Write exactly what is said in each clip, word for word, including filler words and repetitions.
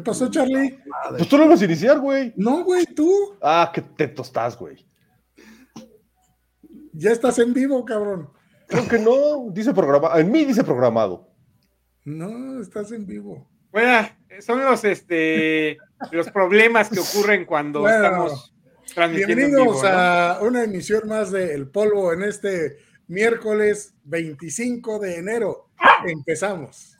pasó, Charlie? Pues tú lo vas a iniciar, güey. No, güey, tú. Ah, qué teto estás, güey. Ya estás en vivo, cabrón. Creo que no, dice programado. En mí dice programado. No, estás en vivo. Bueno, son los este los problemas que ocurren cuando bueno, estamos transmitiendo bienvenidos en vivo, ¿no? a una emisión más de El Polvo en este miércoles veinticinco de enero. Empezamos.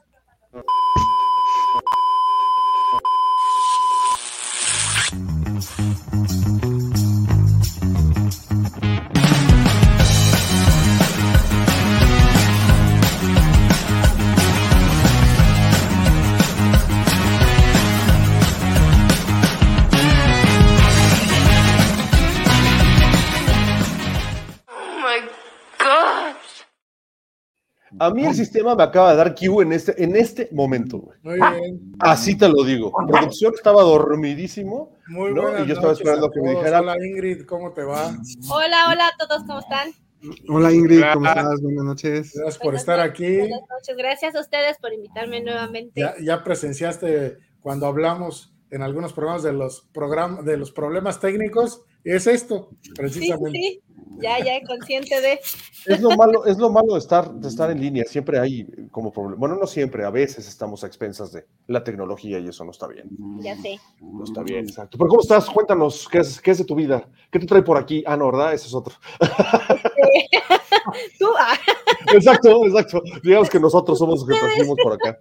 A mí el sistema me acaba de dar Q en este, en este momento, güey. Muy bien. Así te lo digo. Producción estaba dormidísimo. Muy ¿no? buenas Y yo estaba noches esperando a que me todos. dijera. Hola Ingrid, ¿cómo te va? Hola, hola a todos, ¿cómo están? Hola Ingrid, ¿cómo Hola. estás? Buenas noches. Gracias por Buenas estar noches, aquí. Buenas noches, gracias a ustedes por invitarme nuevamente. Ya, ya presenciaste cuando hablamos en algunos programas de los programas de los problemas técnicos. Es esto, precisamente. Sí, sí, ya, ya consciente de. Es lo malo, es lo malo de estar, de estar en línea. Siempre hay como problema. Bueno, no siempre, a veces estamos a expensas de la tecnología y eso no está bien. Ya sé. No está bien, exacto. Pero ¿cómo estás? Cuéntanos, ¿qué es, qué es de tu vida? ¿Qué te trae por aquí? Ah, no, ¿verdad? Ese es otro. Tú, ah, Exacto, exacto. Digamos que nosotros somos los que trajimos por acá.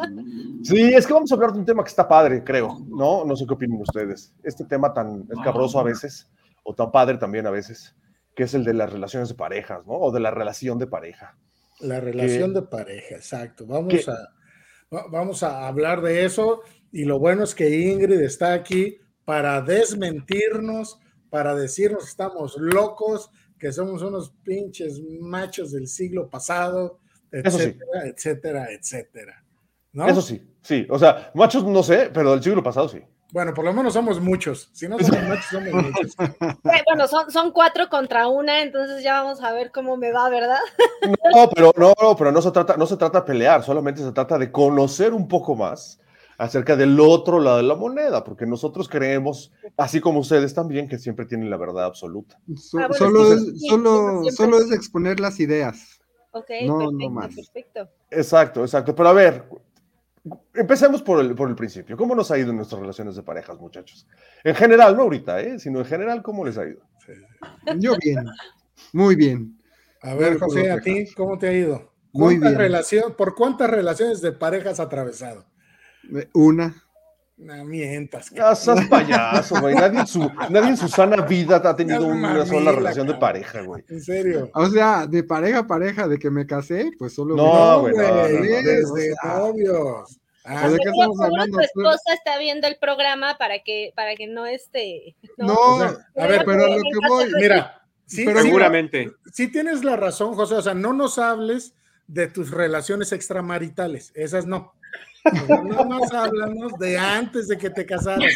Sí, es que vamos a hablar de un tema que está padre, creo, ¿no? No sé qué opinan ustedes. Este tema tan escabroso a veces, o tan padre también a veces, que es el de las relaciones de parejas, ¿no? O de la relación de pareja. La relación ¿Qué? de pareja, exacto. Vamos ¿Qué? a, va- vamos a hablar de eso y lo bueno es que Ingrid está aquí para desmentirnos, para decirnos que estamos locos, que somos unos pinches machos del siglo pasado, Eso sí. etcétera, etcétera, etcétera. ¿No? Eso sí, sí. O sea, machos no sé, pero del siglo pasado sí. Bueno, por lo menos somos muchos. Si no somos machos, somos muchos. bueno, son, son cuatro contra una, entonces ya vamos a ver cómo me va, ¿verdad? No, pero no, no, pero no se trata, no se trata de pelear, solamente se trata de conocer un poco más acerca del otro lado de la moneda, porque nosotros creemos, así como ustedes también, que siempre tienen la verdad absoluta. So- Ah, bueno, solo, sí, es, sí, solo, siempre. solo es exponer las ideas. Ok, No, perfecto, no más. perfecto. Exacto, exacto. Pero a ver, empecemos por el, por el principio. ¿Cómo nos ha ido en nuestras relaciones de parejas, muchachos? En general, no ahorita, ¿eh? Sino en general, ¿cómo les ha ido? Yo bien, muy bien. A ver, No me José, puedo ¿a ti quejar. cómo te ha ido? Muy ¿Cuántas bien. relación- ¿Por cuántas relaciones de pareja has atravesado? Eh, Una. No mientas. Ah, seas payaso, güey. Nadie en, su, nadie en su sana vida ha tenido Seas una mamila, sola relación de cabrón. pareja, güey. En serio. O sea, de pareja a pareja, de que me casé, pues solo. No, No, güey, güey, no, no, no, no. desde O sea, novios. Ah, ¿o de qué Seguro, estamos seguro hablando? tu esposa está viendo el programa para que, para que no esté. No, o sea, a ver, pero a lo que voy. mira, sí, Pero sí, Seguramente. sí tienes la razón, José. O sea, no nos hables de tus relaciones extramaritales. Esas no. O sea, nada más háblanos de antes de que te casaras,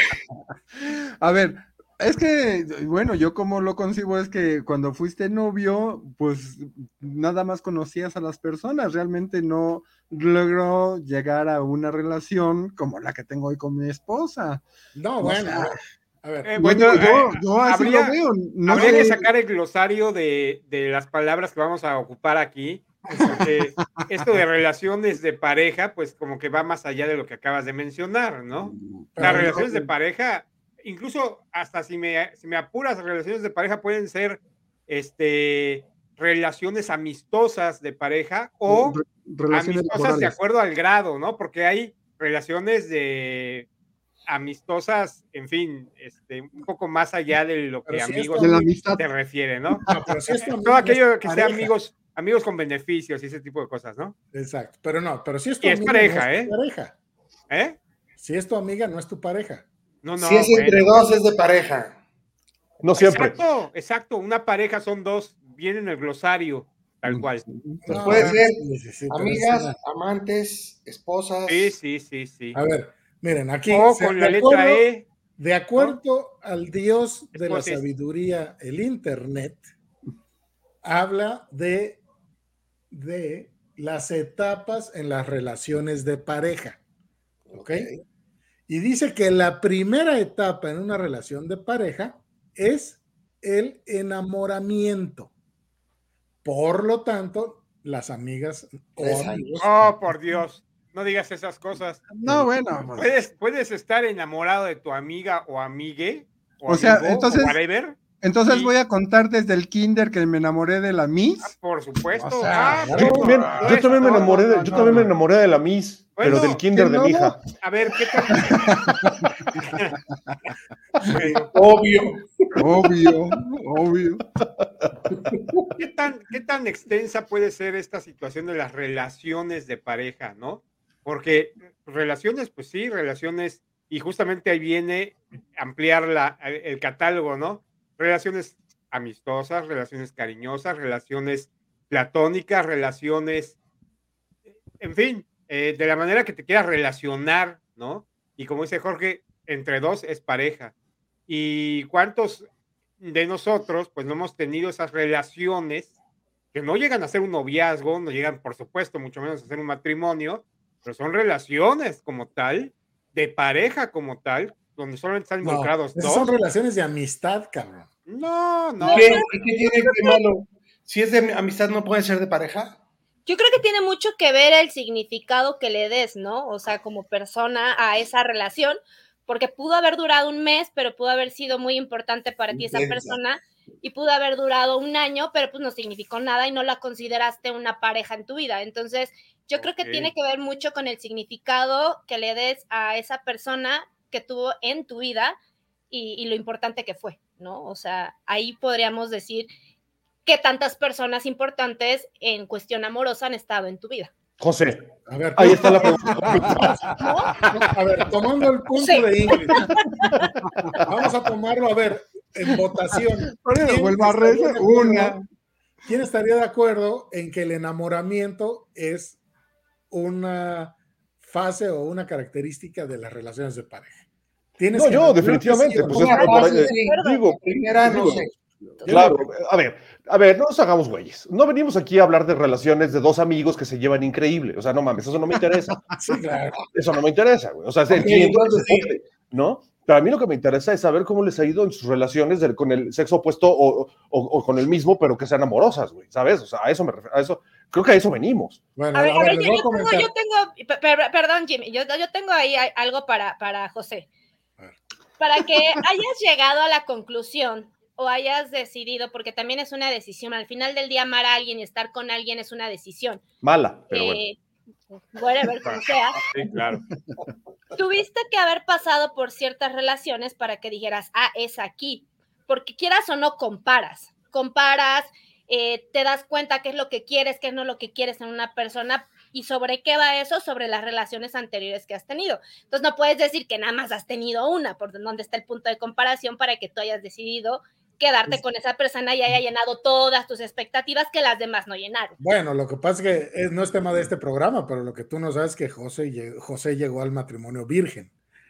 cabrón. A ver, es que, bueno, yo como lo concibo es que cuando fuiste novio, pues nada más conocías a las personas, realmente no logró llegar a una relación como la que tengo hoy con mi esposa. No, O bueno, sea, a ver. Eh, No bueno, digo, yo, eh, yo así habría, lo veo. No habría sé, que sacar el glosario de, de las palabras que vamos a ocupar aquí, porque esto de relaciones de pareja, pues como que va más allá de lo que acabas de mencionar, ¿no? Pero Las no, relaciones de pareja, incluso hasta si me, si me apuras, relaciones de pareja pueden ser este, relaciones amistosas de pareja o re- relaciones amistosas de laborales. acuerdo al grado, ¿no? Porque hay relaciones de amistosas, en fin, este, un poco más allá de lo que Pero si es amigos De la amigo- amistad. te refiere, ¿no? No, pero si es tu amigo, Todo no es aquello tu que sea pareja. amigos, amigos con beneficios y ese tipo de cosas, ¿no? Exacto, pero no, pero si es tu Y es amiga, pareja, no es ¿eh? tu pareja. ¿Eh? Si es tu amiga, no es tu pareja. No, no. Si es entre bueno, dos, es de pareja. No siempre. Exacto, exacto. Una pareja son dos, viene en el glosario, tal cual. Pues No, puede ah, ser sí, sí, sí, pero amigas, es una- amantes, esposas. Sí, sí, sí, sí. A ver, miren, aquí O se- con de la letra acuerdo- E. De acuerdo al dios de la Esposis. sabiduría, el internet, habla de, de las etapas en las relaciones de pareja. ¿Ok? Y dice que la primera etapa en una relación de pareja es el enamoramiento. Por lo tanto, las amigas o Tres años. amigos. Oh, por Dios, no digas esas cosas. No, bueno, pues, ¿Puedes, puedes estar enamorado de tu amiga o amigue o, O sea, amigo, entonces- o whatever. entonces Y- voy a contar desde el kinder que me enamoré de la Ah, Miss. por supuesto. O sea, Ah, claro. Yo también, no, yo es- también me no, enamoré, no, de, no, yo no, también me no. enamoré de la Miss, Bueno, pero del kinder ¿que de no? mi hija. A ver, ¿qué tan... Bueno, Obvio. Obvio, obvio. ¿qué tan, qué tan extensa puede ser esta situación de las relaciones de pareja, ¿no? Porque relaciones, pues sí, relaciones, y justamente ahí viene ampliar la, el catálogo, ¿no? Relaciones amistosas, relaciones cariñosas, relaciones platónicas, relaciones, en fin, eh, de la manera que te quieras relacionar, ¿no? Y como dice Jorge, entre dos es pareja. ¿Y cuántos de nosotros, pues, no hemos tenido esas relaciones que no llegan a ser un noviazgo, no llegan, por supuesto, mucho menos a ser un matrimonio, pero son relaciones como tal, de pareja como tal, donde solamente están No, involucrados esas dos? son relaciones de amistad, cabrón. No, no. ¿Qué, ¿Y qué tiene de malo? Si es de amistad, ¿no puede ser de pareja? Yo creo que tiene mucho que ver el significado que le des, ¿no? O sea, como persona a esa relación, porque pudo haber durado un mes, pero pudo haber sido muy importante para ti esa Intensa. persona, y pudo haber durado un año, pero pues no significó nada y no la consideraste una pareja en tu vida. Entonces, yo creo que Ok. tiene que ver mucho con el significado que le des a esa persona que tuvo en tu vida y, y lo importante que fue, ¿no? O sea, ahí podríamos decir que tantas personas importantes en cuestión amorosa han estado en tu vida. José, A ver, ahí está la pregunta. ¿No? a ver, tomando el punto Sí. de Ingrid, vamos a tomarlo, a ver, en votación. Bueno, ¿Quién vuelvo a estaría rezar, de acuerdo? una. ¿Quién estaría de acuerdo en que el enamoramiento es una fase o una característica de las relaciones de pareja? Tienes No, que yo, mencionar definitivamente, que sí o pues no. es Una por- fase, eh, sí. digo, Primera, no digo, sé. claro, a ver, a ver, no nos hagamos güeyes. No venimos aquí a hablar de relaciones de dos amigos que se llevan increíble. O sea, no mames, eso no me interesa. Sí, claro. Eso no me interesa, güey. O sea, Ok, entiendo que entonces se sí. puede, ¿no? Pero a mí lo que me interesa es saber cómo les ha ido en sus relaciones del- con el sexo opuesto o, o- o con el mismo, pero que sean amorosas, güey, ¿sabes? O sea, a eso me refiero, a eso, creo que a eso venimos. Bueno, A ver, a ver, les yo, voy a yo tengo, comentar. yo tengo, per- per- perdón, Jimmy, yo, yo tengo ahí a- algo para, para José. A ver. Para que hayas llegado a la conclusión o hayas decidido, porque también es una decisión, al final del día amar a alguien y estar con alguien es una decisión. Mala, pero bueno. Eh, whatever, como sea. Sí, claro. Tuviste que haber pasado por ciertas relaciones para que dijeras, ah, es aquí. Porque quieras o no, comparas. Comparas, eh, te das cuenta qué es lo que quieres, qué no es lo que quieres en una persona. ¿Y sobre qué va eso? Sobre las relaciones anteriores que has tenido. Entonces no puedes decir que nada más has tenido una, por donde está el punto de comparación para que tú hayas decidido quedarte con esa persona y haya llenado todas tus expectativas que las demás no llenaron. Bueno, lo que pasa es que es- no es tema de este programa, pero lo que tú no sabes es que José, lleg- José llegó al matrimonio virgen.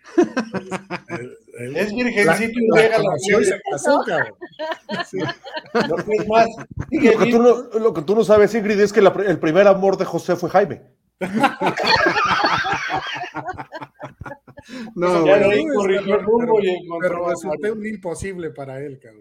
Él- él- Es la, virgencito y la llega la conoció y se mujer. casó, cabrón. Sí. Lo que es más, sigue Lo que, tú vivo. no, lo que tú no sabes, Ingrid, es que la pr- el primer amor de José fue Jaime. No, Ya bueno. de ahí corrigió el rumbo y Pero encontró a resulté Mario. un imposible para él, cabrón.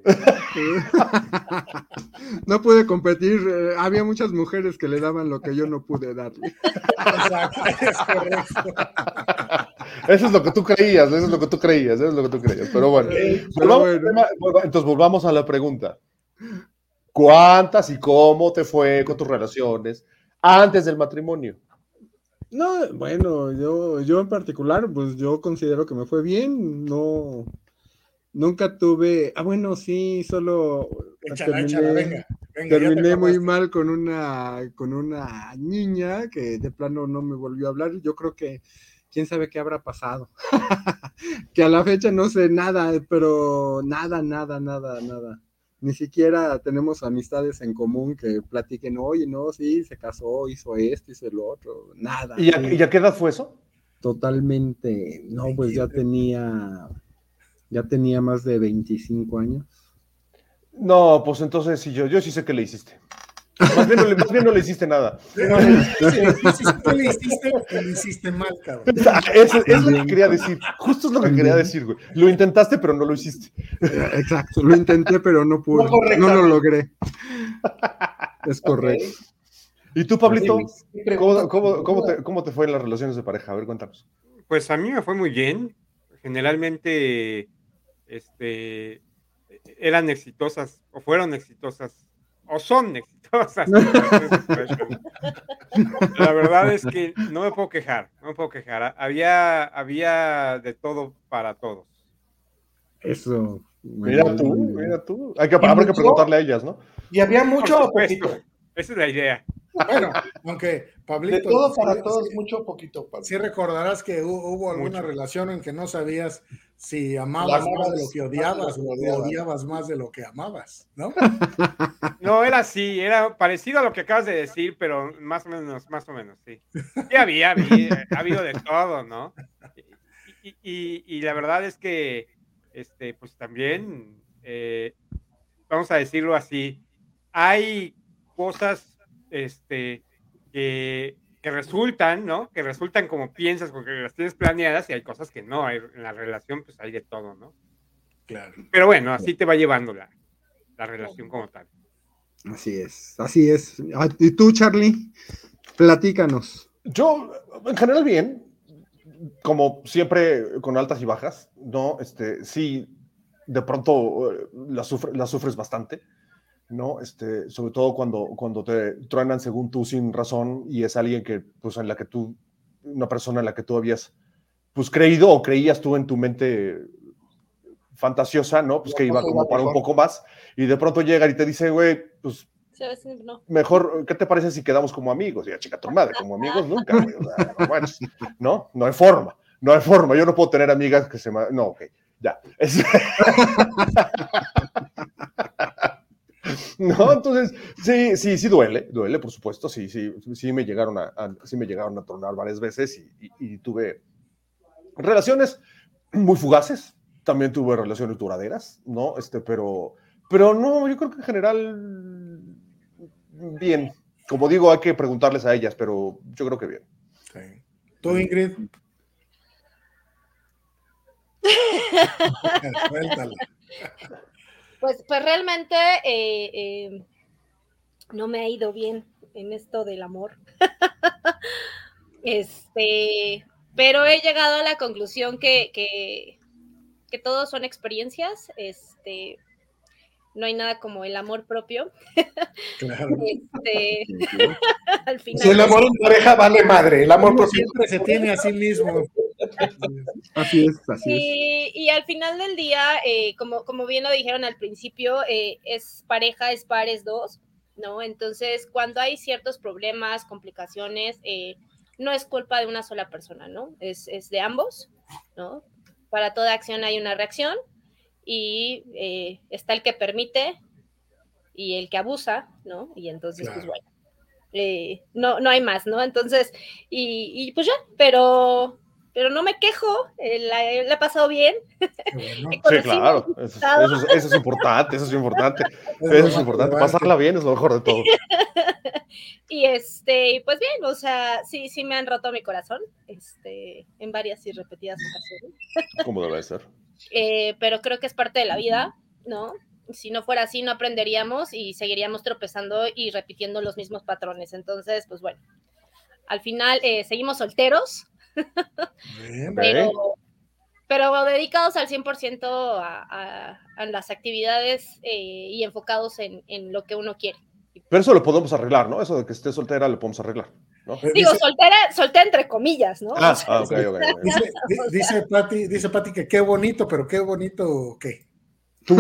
No pude competir. eh, había muchas mujeres que le daban lo que yo no pude darle. Exacto, es correcto. Eso es lo que tú creías, eso es lo que tú creías, eso es lo que tú creías. Pero bueno, Pero volvamos al bueno. tema, volva- entonces volvamos a la pregunta. ¿Cuántas y cómo te fue con tus relaciones antes del matrimonio? No, bueno, yo, yo en particular, pues yo considero que me fue bien. No, nunca tuve. Ah, bueno, sí, solo Échala, terminé, échala, venga. Venga, ya te terminé muy acordaste. mal con una, con una niña que de plano no me volvió a hablar. Yo creo que quién sabe qué habrá pasado. Que a la fecha no sé nada, pero nada, nada, nada, nada. Ni siquiera tenemos amistades en común que platiquen, oye, no, sí, se casó, hizo esto, hizo lo otro, nada. ¿Y a, sí, y a qué edad fue eso? totalmente, no, pues ya tenía, ya tenía más de veinticinco años. No, pues entonces sí, yo, yo sí sé qué le hiciste. Más bien no le, más bien no le hiciste nada. Pero le hiciste, ¿qué le hiciste? Que lo hiciste mal, cabrón. Eso es, es lo que quería decir. Justo es lo que quería decir, güey. Lo intentaste, pero no lo hiciste. Exacto, lo intenté, pero no pude. No, no lo logré. Es correcto. Ok. ¿Y tú, Pablito? Sí, pregunta, ¿Cómo, cómo, cómo, te, ¿Cómo te fue en las relaciones de pareja? A ver, cuéntanos. Pues a mí me fue muy bien. Generalmente, este, eran exitosas, o fueron exitosas, o son exitosas. La verdad es que no me puedo quejar, no me puedo quejar. Había, había de todo para todos. Eso. Mira tú, mira tú. Hay que, habrá que preguntarle a ellas, ¿no? ¿Y había mucho Por o supuesto. poquito? Esa es la idea. Bueno, aunque Pablito. De todo para sí, todos, sí, mucho o poquito. Pablo. sí recordarás que hubo, hubo alguna Mucho. relación en que no sabías si amabas más de lo que odiabas o odiabas más de lo que amabas, ¿no? No, era así, era parecido a lo que acabas de decir, pero más o menos, más o menos, sí. Sí había, había ha habido de todo, ¿no? Y, y, y, y la verdad es que, este, pues también, eh, vamos a decirlo así, hay cosas, este, que, que resultan, ¿no? Que resultan como piensas, porque las tienes planeadas, y hay cosas que no, hay, en la relación, pues hay de todo, ¿no? Claro. Pero bueno, así te va llevando la, la relación como tal. Así es, así es. ¿Y tú, Charlie? Platícanos. Yo, en general, bien. Como siempre, con altas y bajas, ¿no? Este, sí, de pronto eh, la, sufre, la sufres bastante, ¿no? Este, sobre todo cuando, cuando te truenan según tú sin razón y es alguien que, pues, en la que tú, una persona en la que tú habías, pues, creído o creías tú en tu mente fantasiosa, ¿no? Pues que iba como para un poco más y de pronto llega y te dice, güey, pues, no. mejor, ¿qué te parece si quedamos como amigos? Y ya, chica, tu madre, como amigos nunca, güey. O sea, no, manches, no, no hay forma, no hay forma. Yo no puedo tener amigas que se me... No, ok, ya. Es... No, entonces, sí, sí, sí duele, duele, por supuesto, sí, sí, sí me llegaron a, a sí me llegaron a tronar varias veces y, y, y tuve relaciones muy fugaces, también tuve relaciones duraderas, ¿no? Este, pero, pero no, yo creo que en general, bien. Como digo, hay que preguntarles a ellas, pero yo creo que bien. Sí. ¿Tú, Ingrid? Suéltala. Pues, pues realmente eh, eh, no me ha ido bien en esto del amor. este, pero he llegado a la conclusión que, que, que todos son experiencias. Este, no hay nada como el amor propio. Claro. Este, al final. Si el amor en pareja vale madre, el amor propio siempre se tiene a sí mismo. Así es, así y, es. y al final del día, eh, como, como bien lo dijeron al principio, eh, es pareja, es par, es dos, ¿no? Entonces, cuando hay ciertos problemas, complicaciones, eh, no es culpa de una sola persona, ¿no? Es, es de ambos, ¿no? Para toda acción hay una reacción y eh, está el que permite y el que abusa, ¿no? Y entonces, claro. pues bueno, eh, no, no hay más, ¿no? Entonces, y, y pues ya, pero... pero no me quejo, eh, la, la he pasado bien. Bueno. Sí, claro, eso, eso, es, eso es importante, eso es importante, eso, eso es importante, pasarla bien es lo mejor de todo. Y este, pues bien, o sea, sí, sí me han roto mi corazón, este, en varias y repetidas ocasiones. Como debe ser. Eh, pero creo que es parte de la vida, ¿no? Si no fuera así, no aprenderíamos y seguiríamos tropezando y repitiendo los mismos patrones. Entonces, pues bueno, al final eh, seguimos solteros. Bien, pero, pero dedicados al cien por ciento a, a, a las actividades eh, y enfocados en, en lo que uno quiere. Pero eso lo podemos arreglar, ¿no? Eso de que esté soltera lo podemos arreglar, ¿no? Digo, dice, soltera, soltera entre comillas, ¿no? Ah, o sea, ah ok, ok. okay. Dice, dice Pati, dice Pati que qué bonito, pero qué bonito, ¿qué? Tú.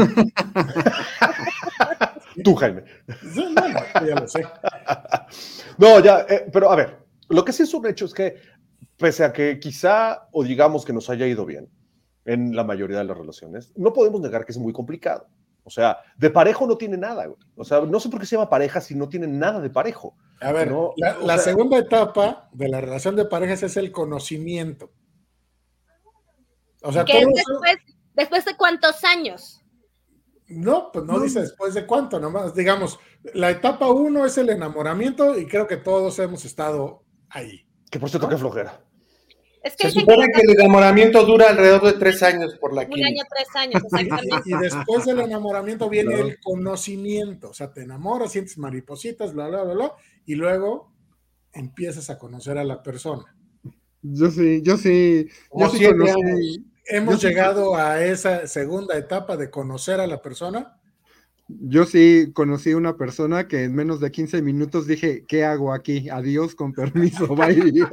Tú, Jaime. No, no, ya lo sé. No, ya, eh, pero a ver, lo que sí es un hecho es que pese a que quizá o digamos que nos haya ido bien en la mayoría de las relaciones, no podemos negar que es muy complicado. O sea, de parejo no tiene nada, güey. O sea, no sé por qué se llama pareja si no tiene nada de parejo. A ver, ¿no? la, la sea, segunda etapa de la relación de parejas es el conocimiento. O sea, todo es después, eso... después de cuántos años. No, pues no, no dice después de cuánto, nomás, digamos, la etapa uno es el enamoramiento y creo que todos hemos estado ahí. Que por cierto, ¿no? qué flojera. Es que se supone que, que el enamoramiento dura alrededor de tres años por la un química. año, tres años, exactamente. Y, y después del enamoramiento viene el conocimiento, o sea, te enamoras, sientes maripositas, bla, bla, bla, bla, y luego empiezas a conocer a la persona. Yo sí, yo sí, Como yo sí siete conocí. años. Hemos Yo llegado sí, a esa segunda etapa de conocer a la persona. yo sí conocí una persona que en menos de quince minutos dije, ¿qué hago aquí? Adiós, con permiso, bye.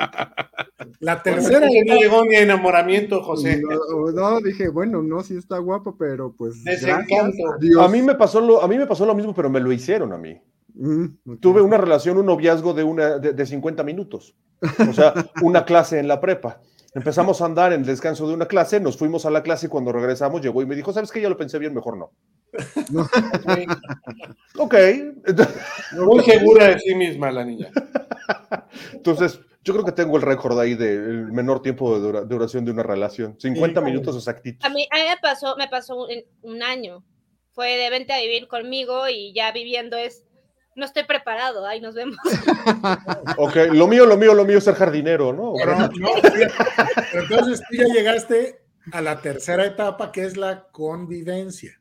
La Bueno, tercera entonces no etapa, llegó ni a enamoramiento, José. No, no, dije, bueno, no, sí está guapo, pero pues Desencanto. gracias, adiós. A mí me pasó lo, a mí me pasó lo mismo, pero me lo hicieron a mí. Mm, ok. Tuve una relación, un noviazgo de, una, de, de cincuenta minutos. O sea, una clase en la prepa. Empezamos a andar en el descanso de una clase, nos fuimos a la clase y cuando regresamos llegó y me dijo, ¿sabes qué? Ya lo pensé bien, mejor no. Sí. Ok. Muy segura de sí misma la niña. Entonces, yo creo que tengo el récord ahí del menor tiempo de dura, duración de una relación. cincuenta Sí, minutos exactitos. A mí, a mí me pasó, me pasó un, un año. Fue de vente a vivir conmigo y ya viviendo es, no estoy preparado, ahí nos vemos. Ok, lo mío, lo mío, lo mío es ser jardinero, ¿no? pero, no, fíjate, pero entonces tú ya llegaste a la tercera etapa, que es la convivencia.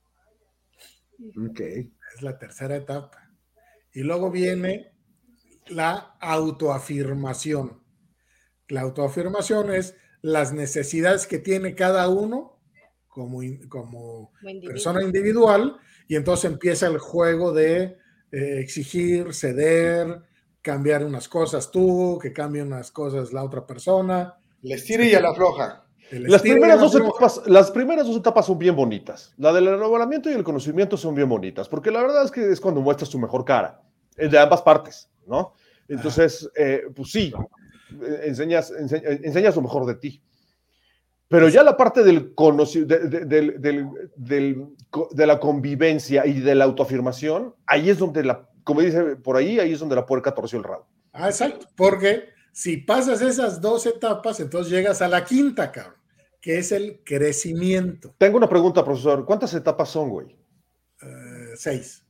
Ok. Es la tercera etapa. Y luego viene la autoafirmación. La autoafirmación es las necesidades que tiene cada uno como, in, como, como individuo. persona individual, y entonces empieza el juego de eh, exigir, ceder, cambiar unas cosas tú, que cambie unas cosas la otra persona. Le estira y a la floja. Las primeras, dos etapas, las primeras dos etapas son bien bonitas. La del enamoramiento y el conocimiento son bien bonitas, porque la verdad es que es cuando muestras tu mejor cara, de ambas partes, ¿no? Entonces, eh, pues sí, enseñas, enseñas, enseñas lo mejor de ti. Pero ya la parte del de, de, de, de, de, de la convivencia y de la autoafirmación, ahí es donde, la, como dice por ahí, ahí es donde la puerca torció el rabo. Ah, exacto, porque si pasas esas dos etapas, entonces llegas a la quinta, cabrón, que es el crecimiento. Tengo una pregunta, profesor. ¿Cuántas etapas son, güey? Uh, seis.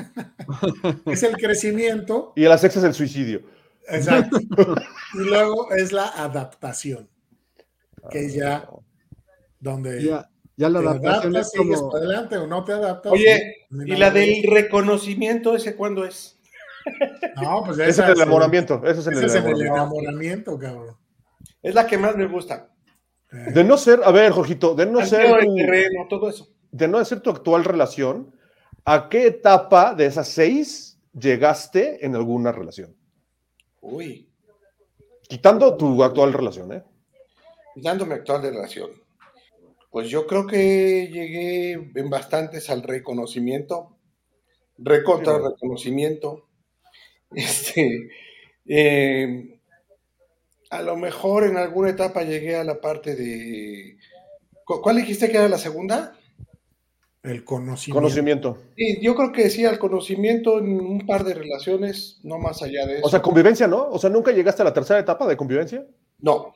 Es el crecimiento. Y la sexta es el suicidio. Exacto. Y luego es la adaptación, que es ya donde ya, ya la te adaptación adaptas, es como... sigues para adelante o no te adaptas. Oye, ¿y la del reconocimiento ese cuándo es? No, pues ese es el enamoramiento. Ese es, ese el, es enamoramiento. el enamoramiento, cabrón. Es la que más me gusta. Eh. De no ser, a ver, Jorgito, de no ser tu, terreno, todo eso. De no ser tu actual relación, ¿a qué etapa de esas seis llegaste en alguna relación? Uy. Quitando tu actual relación, ¿eh? Quitando mi actual relación. Pues yo creo que llegué en bastantes al reconocimiento, recontra reconocimiento. Este, eh, a lo mejor en alguna etapa llegué a la parte de... ¿Cuál dijiste que era la segunda? El conocimiento. Conocimiento. Sí, yo creo que sí, al conocimiento en un par de relaciones, no más allá de eso. O sea, convivencia, ¿no? O sea, ¿nunca llegaste a la tercera etapa de convivencia? No.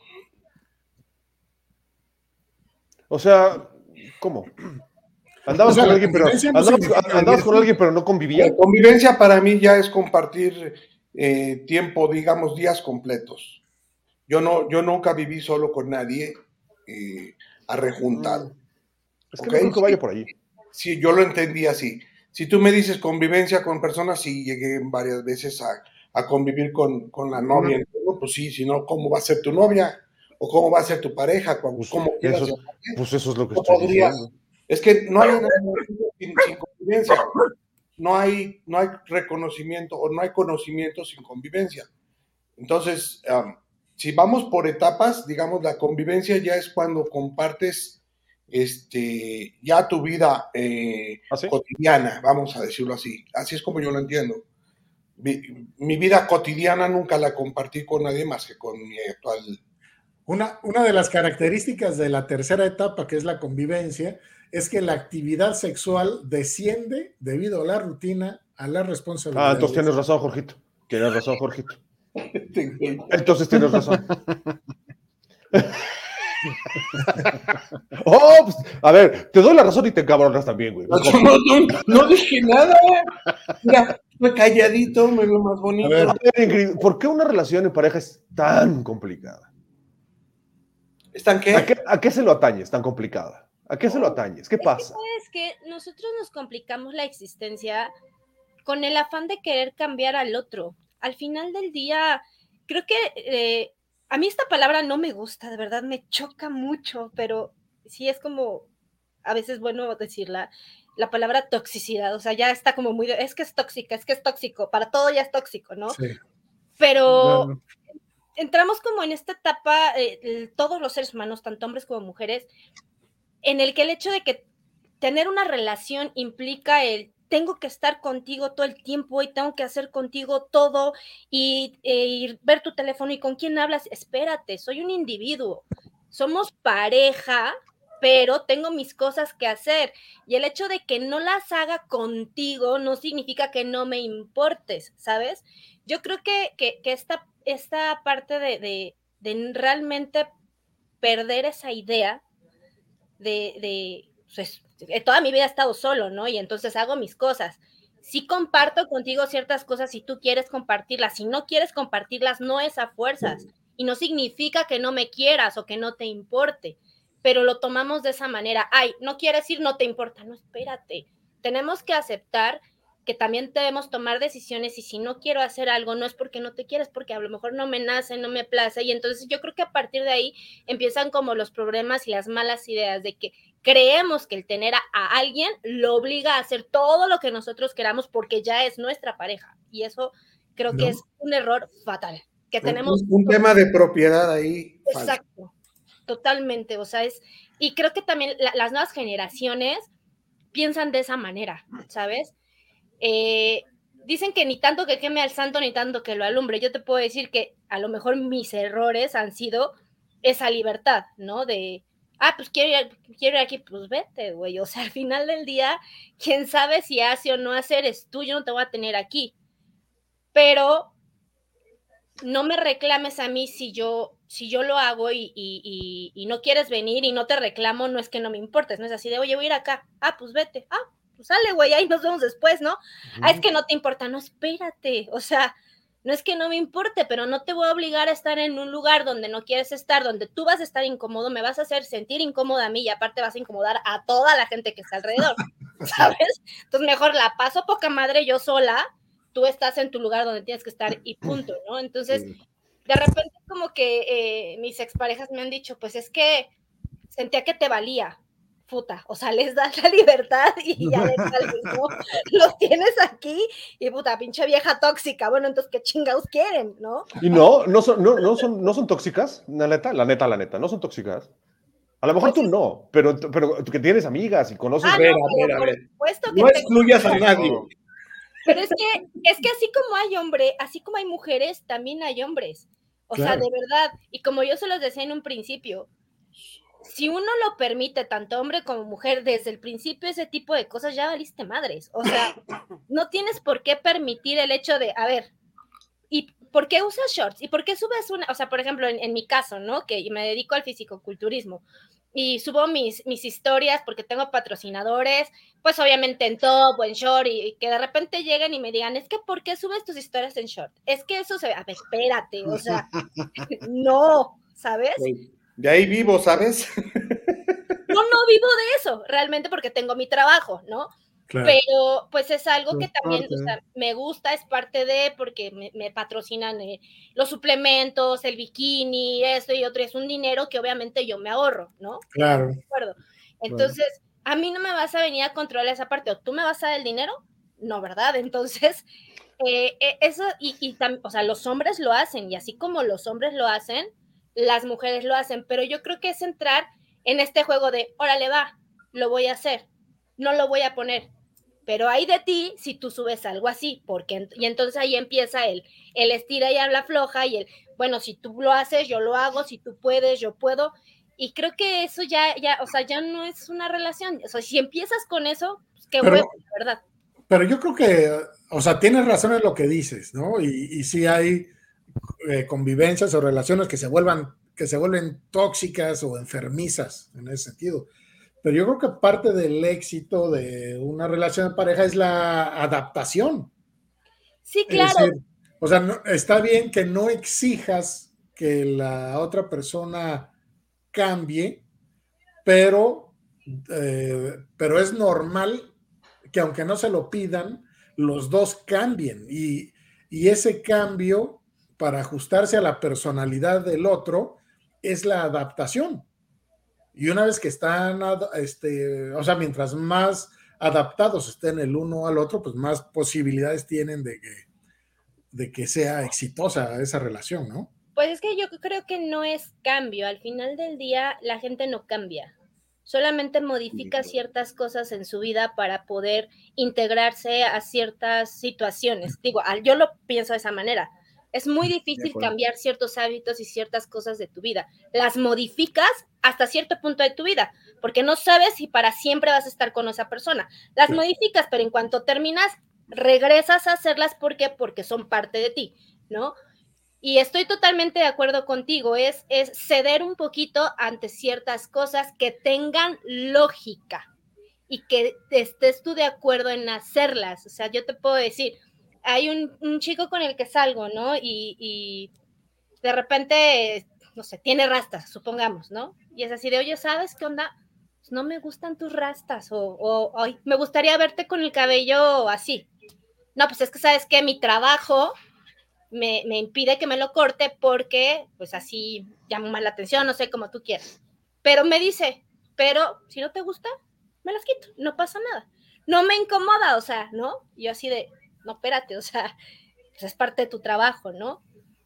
O sea, ¿cómo? Andabas, o sea, con, alguien, pero, no andabas, andabas con alguien, pero no convivías. La convivencia para mí ya es compartir eh, tiempo, digamos, días completos. Yo no, yo nunca viví solo con nadie eh, arrejuntado. Es que ¿okay? No creo que vaya por ahí. Sí, yo lo entendí así. Si tú me dices convivencia con personas, sí llegué varias veces a, a convivir con, con la novia. Uh-huh. Pues sí, si no, ¿cómo va a ser tu novia? ¿O cómo va a ser tu pareja? ¿Cómo, pues, cómo eso, ser? Pues eso es lo que no estoy podrías. diciendo. Es que no hay sin, sin convivencia. No hay, no hay reconocimiento o no hay conocimiento sin convivencia. Entonces, um, si vamos por etapas, digamos, la convivencia ya es cuando compartes este, ya tu vida eh, ¿Ah, sí? cotidiana, vamos a decirlo así. Así es como yo lo entiendo. Mi, mi vida cotidiana nunca la compartí con nadie más que con mi actual. Una, una de las características de la tercera etapa, que es la convivencia, es que la actividad sexual desciende debido a la rutina, a la responsabilidad. Ah, entonces tienes razón, Jorgito. Tienes razón, Jorgito. Entonces tienes razón. Oh, pues, a ver, te doy la razón y te encabronas también, güey. No, no, no, no dije nada. Mira, me calladito, me veo más bonito. A ver, a ver, Ingrid, ¿por qué una relación en pareja es tan complicada? ¿Están qué? ¿A qué, a qué se lo atañes tan complicada? ¿A qué se lo atañes? ¿Qué pasa? Es que nosotros nos complicamos la existencia con el afán de querer cambiar al otro. Al final del día, creo que eh, a mí esta palabra no me gusta, de verdad me choca mucho, pero sí es como a veces bueno decirla, la palabra toxicidad, o sea, ya está como muy, es que es tóxica, es que es tóxico, para todo ya es tóxico, ¿no? Sí. Pero Claro. entramos como en esta etapa, eh, todos los seres humanos, tanto hombres como mujeres, en el que el hecho de que tener una relación implica el tengo que estar contigo todo el tiempo y tengo que hacer contigo todo y, eh, y ver tu teléfono y con quién hablas. Espérate, soy un individuo, somos pareja, pero tengo mis cosas que hacer y el hecho de que no las haga contigo no significa que no me importes, ¿sabes? Yo creo que, que, que esta, esta parte de, de, de realmente perder esa idea de, de pues, toda mi vida he estado solo, ¿no? Y entonces hago mis cosas. Sí comparto contigo ciertas cosas si tú quieres compartirlas. Si no quieres compartirlas, no es a fuerzas. Y no significa que no me quieras o que no te importe. Pero lo tomamos de esa manera. Ay, no quieres ir, no te importa. No, espérate. Tenemos que aceptar que también debemos tomar decisiones y si no quiero hacer algo, no es porque no te quieres, porque a lo mejor no me nace, no me place. Y entonces yo creo que a partir de ahí empiezan como los problemas y las malas ideas de que creemos que el tener a, a alguien lo obliga a hacer todo lo que nosotros queramos porque ya es nuestra pareja. Y eso creo ¿No? que es un error fatal. Que tenemos un, un tema de propiedad ahí. Exacto, falso. Totalmente. O sea, es. Y creo que también la, las nuevas generaciones piensan de esa manera, ¿sabes? Eh, dicen que ni tanto que queme al santo ni tanto que lo alumbre. Yo te puedo decir que a lo mejor mis errores han sido esa libertad, ¿no? De, ah, pues quiero ir, quiero ir aquí, pues vete, güey. O sea, al final del día, quién sabe si hace o no hace, eres tú, yo no te voy a tener aquí. Pero no me reclames a mí si yo, si yo lo hago y, y, y, y no quieres venir y no te reclamo, no es que no me importes, no es así de, oye, voy a ir acá, ah, pues vete, ah, pues sale, güey, ahí nos vemos después, ¿no? Uh-huh. Ah, es que no te importa, no, espérate, o sea, no es que no me importe, pero no te voy a obligar a estar en un lugar donde no quieres estar, donde tú vas a estar incómodo, me vas a hacer sentir incómoda a mí y aparte vas a incomodar a toda la gente que está alrededor, ¿sabes? Entonces mejor la paso poca madre yo sola, tú estás en tu lugar donde tienes que estar y punto, ¿no? Entonces, de repente como que eh, mis exparejas me han dicho, pues es que sentía que te valía, puta, o sea, les das la libertad y ya déjales, ¿no? Los tienes aquí y puta, pinche vieja tóxica, bueno, entonces, ¿qué chingados quieren, no? Y no, no son, no, no son, no son tóxicas, la neta, la neta, la neta, no son tóxicas. A lo mejor pues, tú no, pero, pero tú que tienes amigas y conoces... Ah, ver, no, ver, por ver. supuesto que no excluyas a nadie. Pero es que, es que así como hay hombre, así como hay mujeres, también hay hombres. O claro. sea, de verdad, y como yo se los decía en un principio, si uno lo permite, tanto hombre como mujer, desde el principio ese tipo de cosas, ya valiste madres. O sea, no tienes por qué permitir el hecho de, a ver, ¿y por qué usas shorts? ¿Y por qué subes una? O sea, por ejemplo, en, en mi caso, ¿no? Que me dedico al fisicoculturismo y subo mis, mis historias porque tengo patrocinadores, pues obviamente en top o en short y, y que de repente lleguen y me digan, es que ¿por qué subes tus historias en short? Es que eso se ve, a ver, espérate, o sea, no, ¿sabes? De ahí vivo, ¿sabes? No, no vivo de eso, realmente porque tengo mi trabajo, ¿no? Claro. Pero pues es algo que también o sea, me gusta, es parte de, porque me, me patrocinan eh, los suplementos, el bikini, esto y otro, es un dinero que obviamente yo me ahorro, ¿no? Claro. ¿De acuerdo? Entonces, claro. A mí no me vas a venir a controlar esa parte, o tú me vas a dar el dinero, no, ¿verdad? Entonces, eh, eh, eso, y, y tam, o sea, los hombres lo hacen, y así como los hombres lo hacen, las mujeres lo hacen, pero yo creo que es entrar en este juego de, órale, va, lo voy a hacer, no lo voy a poner, pero hay de ti si tú subes algo así, porque y entonces ahí empieza el, el estira y habla floja y el, bueno, si tú lo haces, yo lo hago, si tú puedes, yo puedo, y creo que eso ya, ya, o sea, ya no es una relación, o sea, si empiezas con eso, pues qué pero, huevo, ¿verdad? Pero yo creo que, o sea, tienes razón en lo que dices, ¿no? Y, y sí hay eh, convivencias o relaciones que se vuelvan, que se vuelven tóxicas o enfermizas en ese sentido. Pero yo creo que parte del éxito de una relación de pareja es la adaptación. Sí, claro. Es decir, o sea, no, está bien que no exijas que la otra persona cambie, pero, eh, pero es normal que aunque no se lo pidan, los dos cambien. Y, y ese cambio, para ajustarse a la personalidad del otro, es la adaptación. Y una vez que están, este, o sea, mientras más adaptados estén el uno al otro, pues más posibilidades tienen de que, de que sea exitosa esa relación, ¿no? Pues es que yo creo que no es cambio. Al final del día, la gente no cambia. Solamente modifica ciertas cosas en su vida para poder integrarse a ciertas situaciones. Digo, yo lo pienso de esa manera. Es muy difícil cambiar ciertos hábitos y ciertas cosas de tu vida. Las modificas hasta cierto punto de tu vida, porque no sabes si para siempre vas a estar con esa persona. Las sí. modificas, pero en cuanto terminas, regresas a hacerlas. ¿Por qué? Porque son parte de ti, ¿no? Y estoy totalmente de acuerdo contigo, es, es ceder un poquito ante ciertas cosas que tengan lógica y que estés tú de acuerdo en hacerlas. O sea, yo te puedo decir, hay un, un chico con el que salgo, ¿no? Y, y de repente, no sé, tiene rastas, supongamos, ¿no? Y es así de, oye, ¿sabes qué onda? Pues no me gustan tus rastas, o, o ay, me gustaría verte con el cabello así. No, pues es que, ¿sabes qué? Mi trabajo Me, me impide que me lo corte porque, pues así llama más la atención, no sé, como tú quieras. Pero me dice, pero si no te gusta, me las quito, no pasa nada. No me incomoda, o sea, ¿no? Y yo así de, no, espérate, o sea, pues es parte de tu trabajo, ¿no?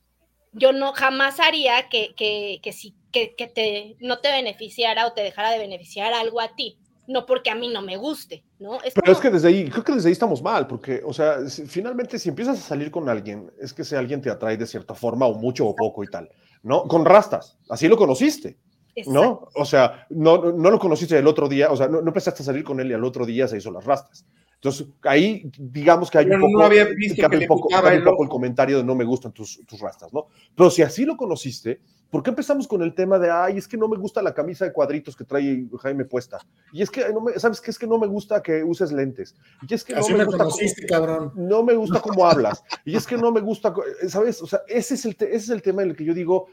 Yo no jamás haría que, que, que, si, que, que te, no te beneficiara o te dejara de beneficiar algo a ti. No porque a mí no me guste, ¿no? Es Pero como... es que desde ahí, creo que desde ahí estamos mal, porque, o sea, si, finalmente si empiezas a salir con alguien, es que ese alguien te atrae de cierta forma, o mucho o poco y tal, ¿no? Con rastas, así lo conociste, ¿no? Exacto. O sea, no, no lo conociste el otro día, o sea, no, no empezaste a salir con él y al otro día se hizo las rastas. Entonces, ahí, digamos que hay Pero un poco, no había visto cambia que un poco, le cambia el, un poco el comentario de no me gustan tus, tus rastas, ¿no? Pero si así lo conociste, ¿por qué empezamos con el tema de, ay, es que no me gusta la camisa de cuadritos que trae Jaime puesta? Y es que, no me, ¿sabes qué? Es que no me gusta que uses lentes. Y es que así no me, me gusta conociste, cómo, cabrón. No me gusta cómo hablas. Y es que no me gusta, ¿sabes? O sea, ese es el, ese es el tema en el que yo digo,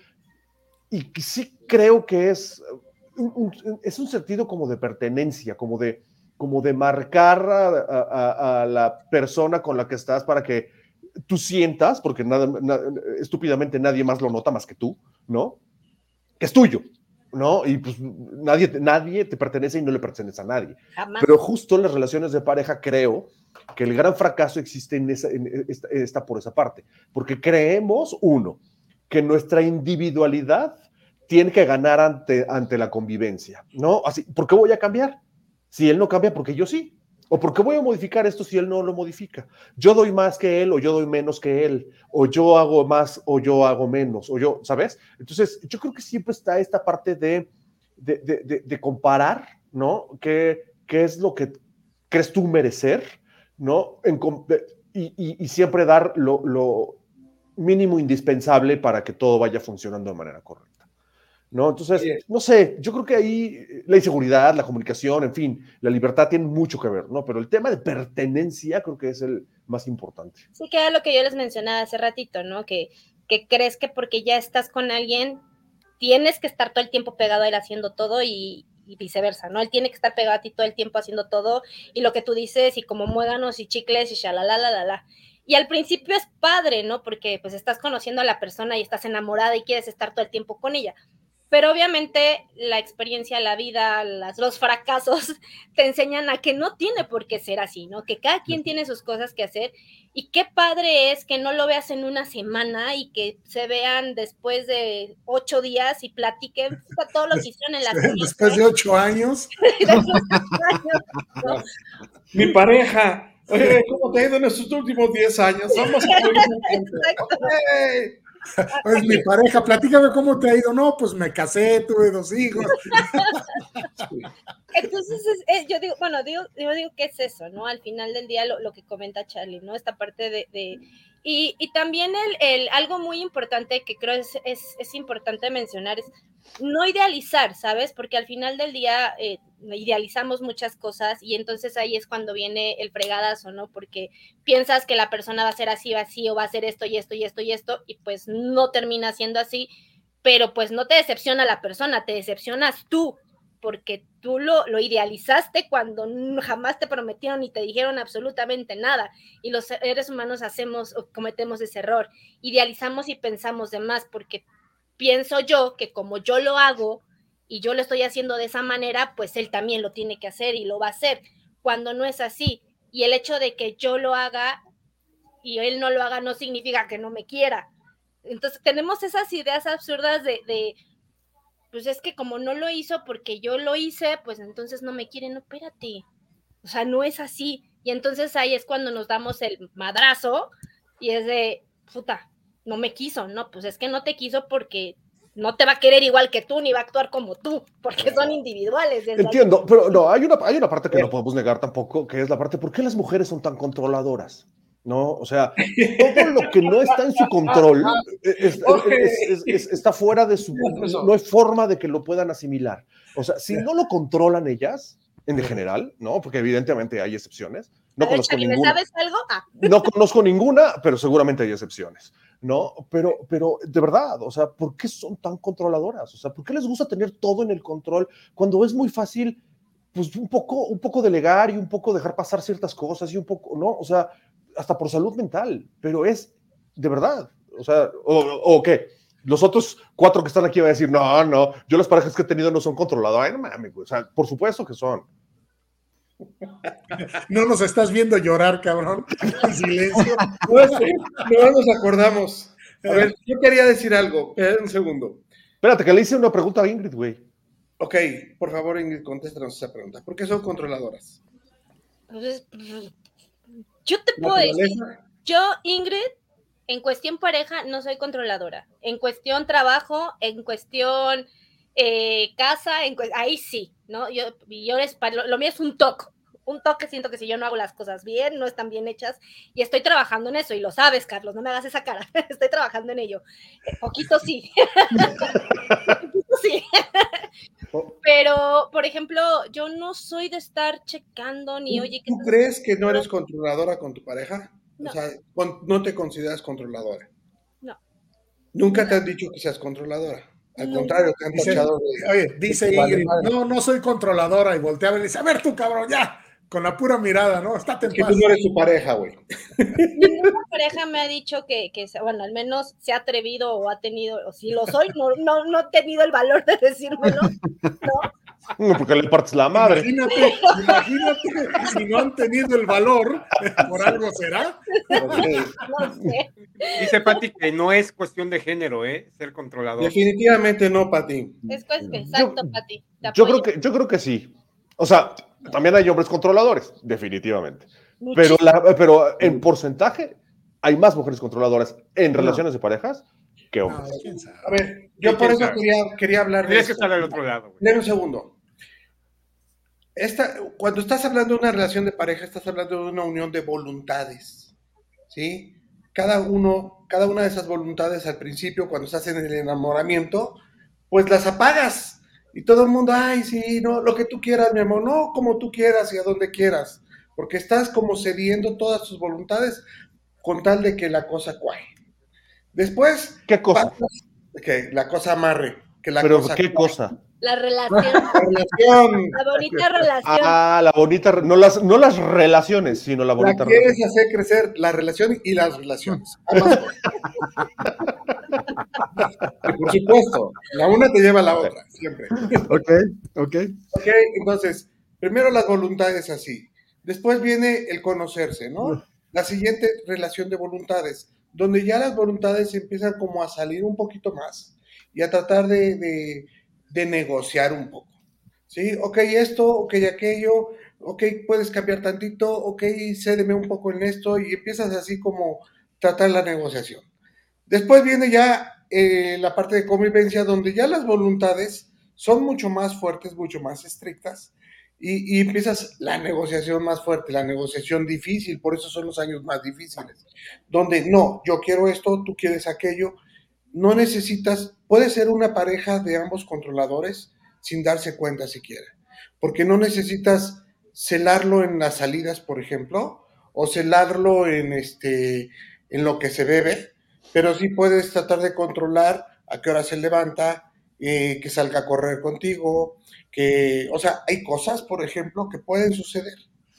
y sí creo que es un, un, es un sentido como de pertenencia, como de, como de marcar a, a, a la persona con la que estás para que tú sientas, porque nada, nada, estúpidamente nadie más lo nota más que tú, ¿no? Que es tuyo, ¿no? Y pues nadie, nadie te pertenece y no le pertenece a nadie. Jamás. Pero justo en las relaciones de pareja creo que el gran fracaso existe en esa, en esta, esta por esa parte, porque creemos, uno, que nuestra individualidad tiene que ganar ante, ante la convivencia, ¿no? Así, ¿por qué voy a cambiar? Si él no cambia, porque yo sí. ¿O por qué voy a modificar esto si él no lo modifica? Yo doy más que él, o yo doy menos que él, o yo hago más, o yo hago menos, o yo, ¿sabes? Entonces, yo creo que siempre está esta parte de, de, de, de, de comparar, ¿no? ¿Qué, ¿Qué es lo que crees tú merecer, ¿no? En, y, y, y siempre dar lo, lo mínimo indispensable para que todo vaya funcionando de manera correcta, ¿no? Entonces, sí. no sé, yo creo que ahí la inseguridad, la comunicación, en fin, la libertad tienen mucho que ver, ¿no? Pero el tema de pertenencia creo que es el más importante. Sí, que era lo que yo les mencionaba hace ratito, ¿no? Que, que crees que porque ya estás con alguien, tienes que estar todo el tiempo pegado a él haciendo todo y, y viceversa, ¿no? Él tiene que estar pegado a ti todo el tiempo haciendo todo y lo que tú dices y como muéganos y chicles y shalalala. Y al principio es padre, ¿no? Porque pues estás conociendo a la persona y estás enamorada y quieres estar todo el tiempo con ella. Pero obviamente la experiencia, la vida, las, los fracasos te enseñan a que no tiene por qué ser así, ¿no? Que cada quien tiene sus cosas que hacer y qué padre es que no lo veas en una semana y que se vean después de ocho días y platiquen todo lo que hicieron en la semana. Después de ocho años. ¿no? Mi pareja, oye, ¿cómo te ha ido en estos últimos diez años? Vamos a ver. Hey. Pues mi pareja, platícame cómo te ha ido. No, pues me casé, tuve dos hijos. Entonces, es, es, yo digo, bueno, digo, yo digo que es eso, ¿no? Al final del día lo, lo que comenta Charlie, ¿no? Esta parte de... de y, y también el, el, algo muy importante que creo es, es, es importante mencionar es no idealizar, ¿sabes? Porque al final del día eh, idealizamos muchas cosas y entonces ahí es cuando viene el fregadazo, ¿no? Porque piensas que la persona va a ser así, así, o va a hacer esto y esto y esto y esto, y pues no termina siendo así, pero pues no te decepciona la persona, te decepcionas tú, porque tú lo, lo idealizaste cuando jamás te prometieron ni te dijeron absolutamente nada, y los seres humanos hacemos o cometemos ese error, idealizamos y pensamos de más, porque pienso yo que como yo lo hago y yo lo estoy haciendo de esa manera, pues él también lo tiene que hacer y lo va a hacer, cuando no es así, y el hecho de que yo lo haga y él no lo haga no significa que no me quiera. Entonces tenemos esas ideas absurdas de, de pues es que como no lo hizo porque yo lo hice, pues entonces no me quiere, no, espérate, o sea, no es así, y entonces ahí es cuando nos damos el madrazo, y es de, puta, no me quiso, no, pues es que no te quiso porque no te va a querer igual que tú, ni va a actuar como tú, porque son individuales. Entiendo, pero no, hay una, hay una parte que no podemos negar tampoco, que es la parte, ¿por qué las mujeres son tan controladoras? ¿No? O sea, todo lo que no está en su control es, es, es, es, está fuera de su... No hay forma de que lo puedan asimilar. O sea, si no lo controlan ellas, en general, ¿no? Porque evidentemente hay excepciones. No ver, conozco Charlie, ninguna. ¿sabes algo? Ah. No conozco ninguna, pero seguramente hay excepciones, ¿no? Pero, pero de verdad, o sea, ¿por qué son tan controladoras? O sea, ¿por qué les gusta tener todo en el control cuando es muy fácil, pues un poco, un poco delegar y un poco dejar pasar ciertas cosas y un poco, ¿no? O sea, hasta por salud mental, pero es de verdad, o sea, o, o qué, los otros cuatro que están aquí van a decir, no, no, yo las parejas que he tenido no son controladas, ay, no mames, o sea, por supuesto que son. No nos estás viendo llorar, cabrón, en silencio. No, no nos acordamos. A ver, yo quería decir algo, espera un segundo. Espérate, que le hice una pregunta a Ingrid, güey. Ok, por favor, Ingrid, contéstanos esa pregunta. ¿Por qué son controladoras? Pues, yo te puedo decir, yo, Ingrid, en cuestión pareja, no soy controladora. En cuestión trabajo, en cuestión eh, casa, en cu ahí sí, ¿no? Yo, yo es, lo, lo mío es un toque. Un toque, siento que si yo no hago las cosas bien, no están bien hechas, y estoy trabajando en eso, y lo sabes, Carlos, no me hagas esa cara, estoy trabajando en ello. Eh, poquito sí. Poquito sí. Pero, por ejemplo, yo no soy de estar checando ni, oye, ¿Tú crees que no eres controladora con tu pareja? No. O sea, no te consideras controladora. No. Nunca te han dicho que seas controladora. Al no. contrario, te han dice, tachado de... Oye, dice de Ingrid, vale, no, no soy controladora, y volteaba y dice, a ver tú, cabrón, ya, con la pura mirada, ¿no? Estate en paz. Que tú no eres tu pareja, güey. Ninguna pareja me ha dicho que, que, bueno, al menos se ha atrevido o ha tenido, o si lo soy, no, no, no he tenido el valor de decírmelo, ¿no? No, porque le partes la madre. Imagínate, imagínate, si no han tenido el valor, por algo será. Okay. No sé. Dice Pati que no es cuestión de género, ¿eh? Ser controlador. Definitivamente no, Pati. Es exacto, Pati. Yo creo que, yo creo que sí. O sea, también hay hombres controladores, definitivamente. Pero, la, pero en porcentaje hay más mujeres controladoras en relaciones no. de parejas que hombres. No, a ver, yo por eso quería, quería hablar de Tienes que estar del otro lado. Ven un segundo. Esta, cuando estás hablando de una relación de pareja, estás hablando de una unión de voluntades, ¿sí? Cada uno, cada una de esas voluntades al principio, cuando estás en el enamoramiento, pues las apagas. Y todo el mundo, ay, sí, no, lo que tú quieras, mi amor, no, como tú quieras y a donde quieras. Porque estás como cediendo todas tus voluntades con tal de que la cosa cuaje. Después... ¿Qué cosa? Que la cosa amarre. Que la ¿Pero cosa qué cuaje. cosa? La relación. La relación. La bonita relación. Ah, la bonita, no las, no las relaciones, sino la bonita la quieres relación. hacer crecer la relación y las relaciones. Ambas cosas. Y por supuesto, la una te lleva a la otra, siempre. Ok, ok. Ok, entonces, primero las voluntades así. Después viene el conocerse, ¿no? La siguiente relación de voluntades, donde ya las voluntades empiezan como a salir un poquito más y a tratar de, de, de negociar un poco. ¿Sí? Ok, esto, ok, aquello, ok, puedes cambiar tantito, ok, cédeme un poco en esto, y empiezas así como tratar la negociación. Después viene ya eh, la parte de convivencia, donde ya las voluntades son mucho más fuertes, mucho más estrictas, Y, y empiezas la negociación más fuerte, la negociación difícil, por eso son los años más difíciles, donde no, yo quiero esto, tú quieres aquello, no necesitas, puede ser una pareja de ambos controladores sin darse cuenta siquiera, porque no necesitas celarlo en las salidas, por ejemplo, o celarlo en, este, en lo que se bebe, pero sí puedes tratar de controlar a qué hora se levanta, eh, que salga a correr contigo, que, o sea, hay cosas, por ejemplo, que pueden suceder,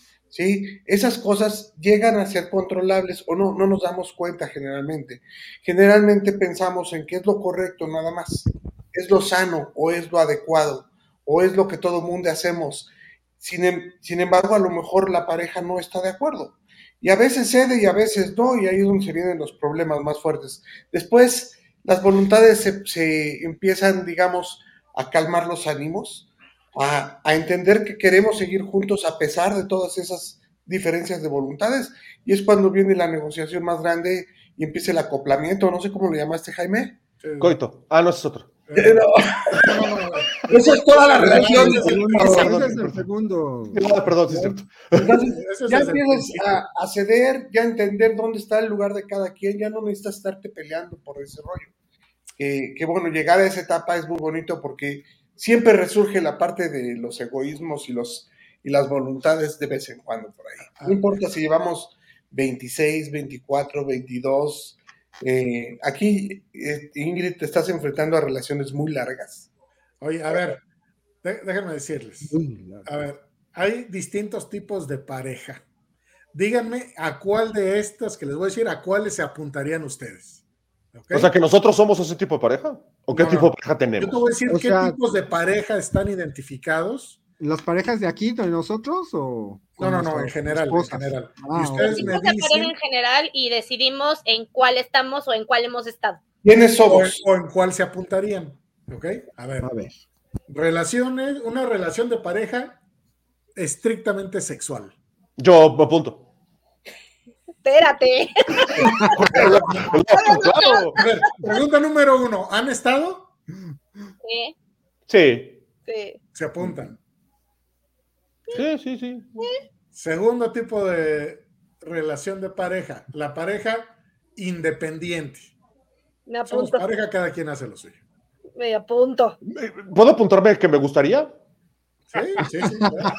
¿sí? Esas cosas llegan a ser controlables o no, no nos damos cuenta generalmente. Generalmente pensamos en qué es lo correcto nada más, es lo sano o es lo adecuado o es lo que todo mundo hacemos. Sin, em, sin embargo, a lo mejor la pareja no está de acuerdo. Y a veces cede y a veces no, y ahí es donde se vienen los problemas más fuertes. Después, las voluntades se, se empiezan, digamos, a calmar los ánimos, a, a entender que queremos seguir juntos a pesar de todas esas diferencias de voluntades, y es cuando viene la negociación más grande y empieza el acoplamiento, no sé cómo le llamaste, Jaime. Coito. Ah, no, ese es otro. Eh, no, no, no, Eso es toda la relación. Ese es el segundo, Perdón, ese es el perdón. segundo. Ah, perdón, sí es cierto. Entonces, Ese es ya desde el empiezas principio. a, a ceder, ya a entender dónde está el lugar de cada quien, ya no necesitas estarte peleando por ese rollo. Que, que bueno, llegar a esa etapa es muy bonito porque siempre resurge la parte de los egoísmos y, los, y las voluntades de vez en cuando por ahí. No importa si llevamos veintiséis, veinticuatro, veintidós. Eh, aquí, eh, Ingrid, te estás enfrentando a relaciones muy largas. Oye, a ver, de- déjenme decirles. A ver, hay distintos tipos de pareja. Díganme a cuál de estas que les voy a decir, a cuáles se apuntarían ustedes. ¿Ok? O sea, que nosotros somos ese tipo de pareja. ¿O qué No, tipo no. de pareja Yo te tenemos? voy a decir O qué sea- tipos de pareja están identificados. ¿Las parejas de aquí, de nosotros o No, no, no, en general, en esposas? general. Ah, y ustedes ok. me Tipos de pareja dicen en general y decidimos en cuál estamos o en cuál hemos estado. ¿Quiénes o en, somos? o en cuál se apuntarían. ¿Ok? A ver, A ver. relaciones, una relación de pareja estrictamente sexual. Yo me apunto. Espérate. Claro. A ver, pregunta número uno, ¿han estado? Sí, Sí. sí. Se apuntan. Sí, sí, sí. Segundo tipo de relación de pareja, la pareja independiente. Me Somos apunto. pareja, cada quien hace lo suyo. Me apunto. ¿Puedo apuntarme que me gustaría? Sí, sí, sí. claro.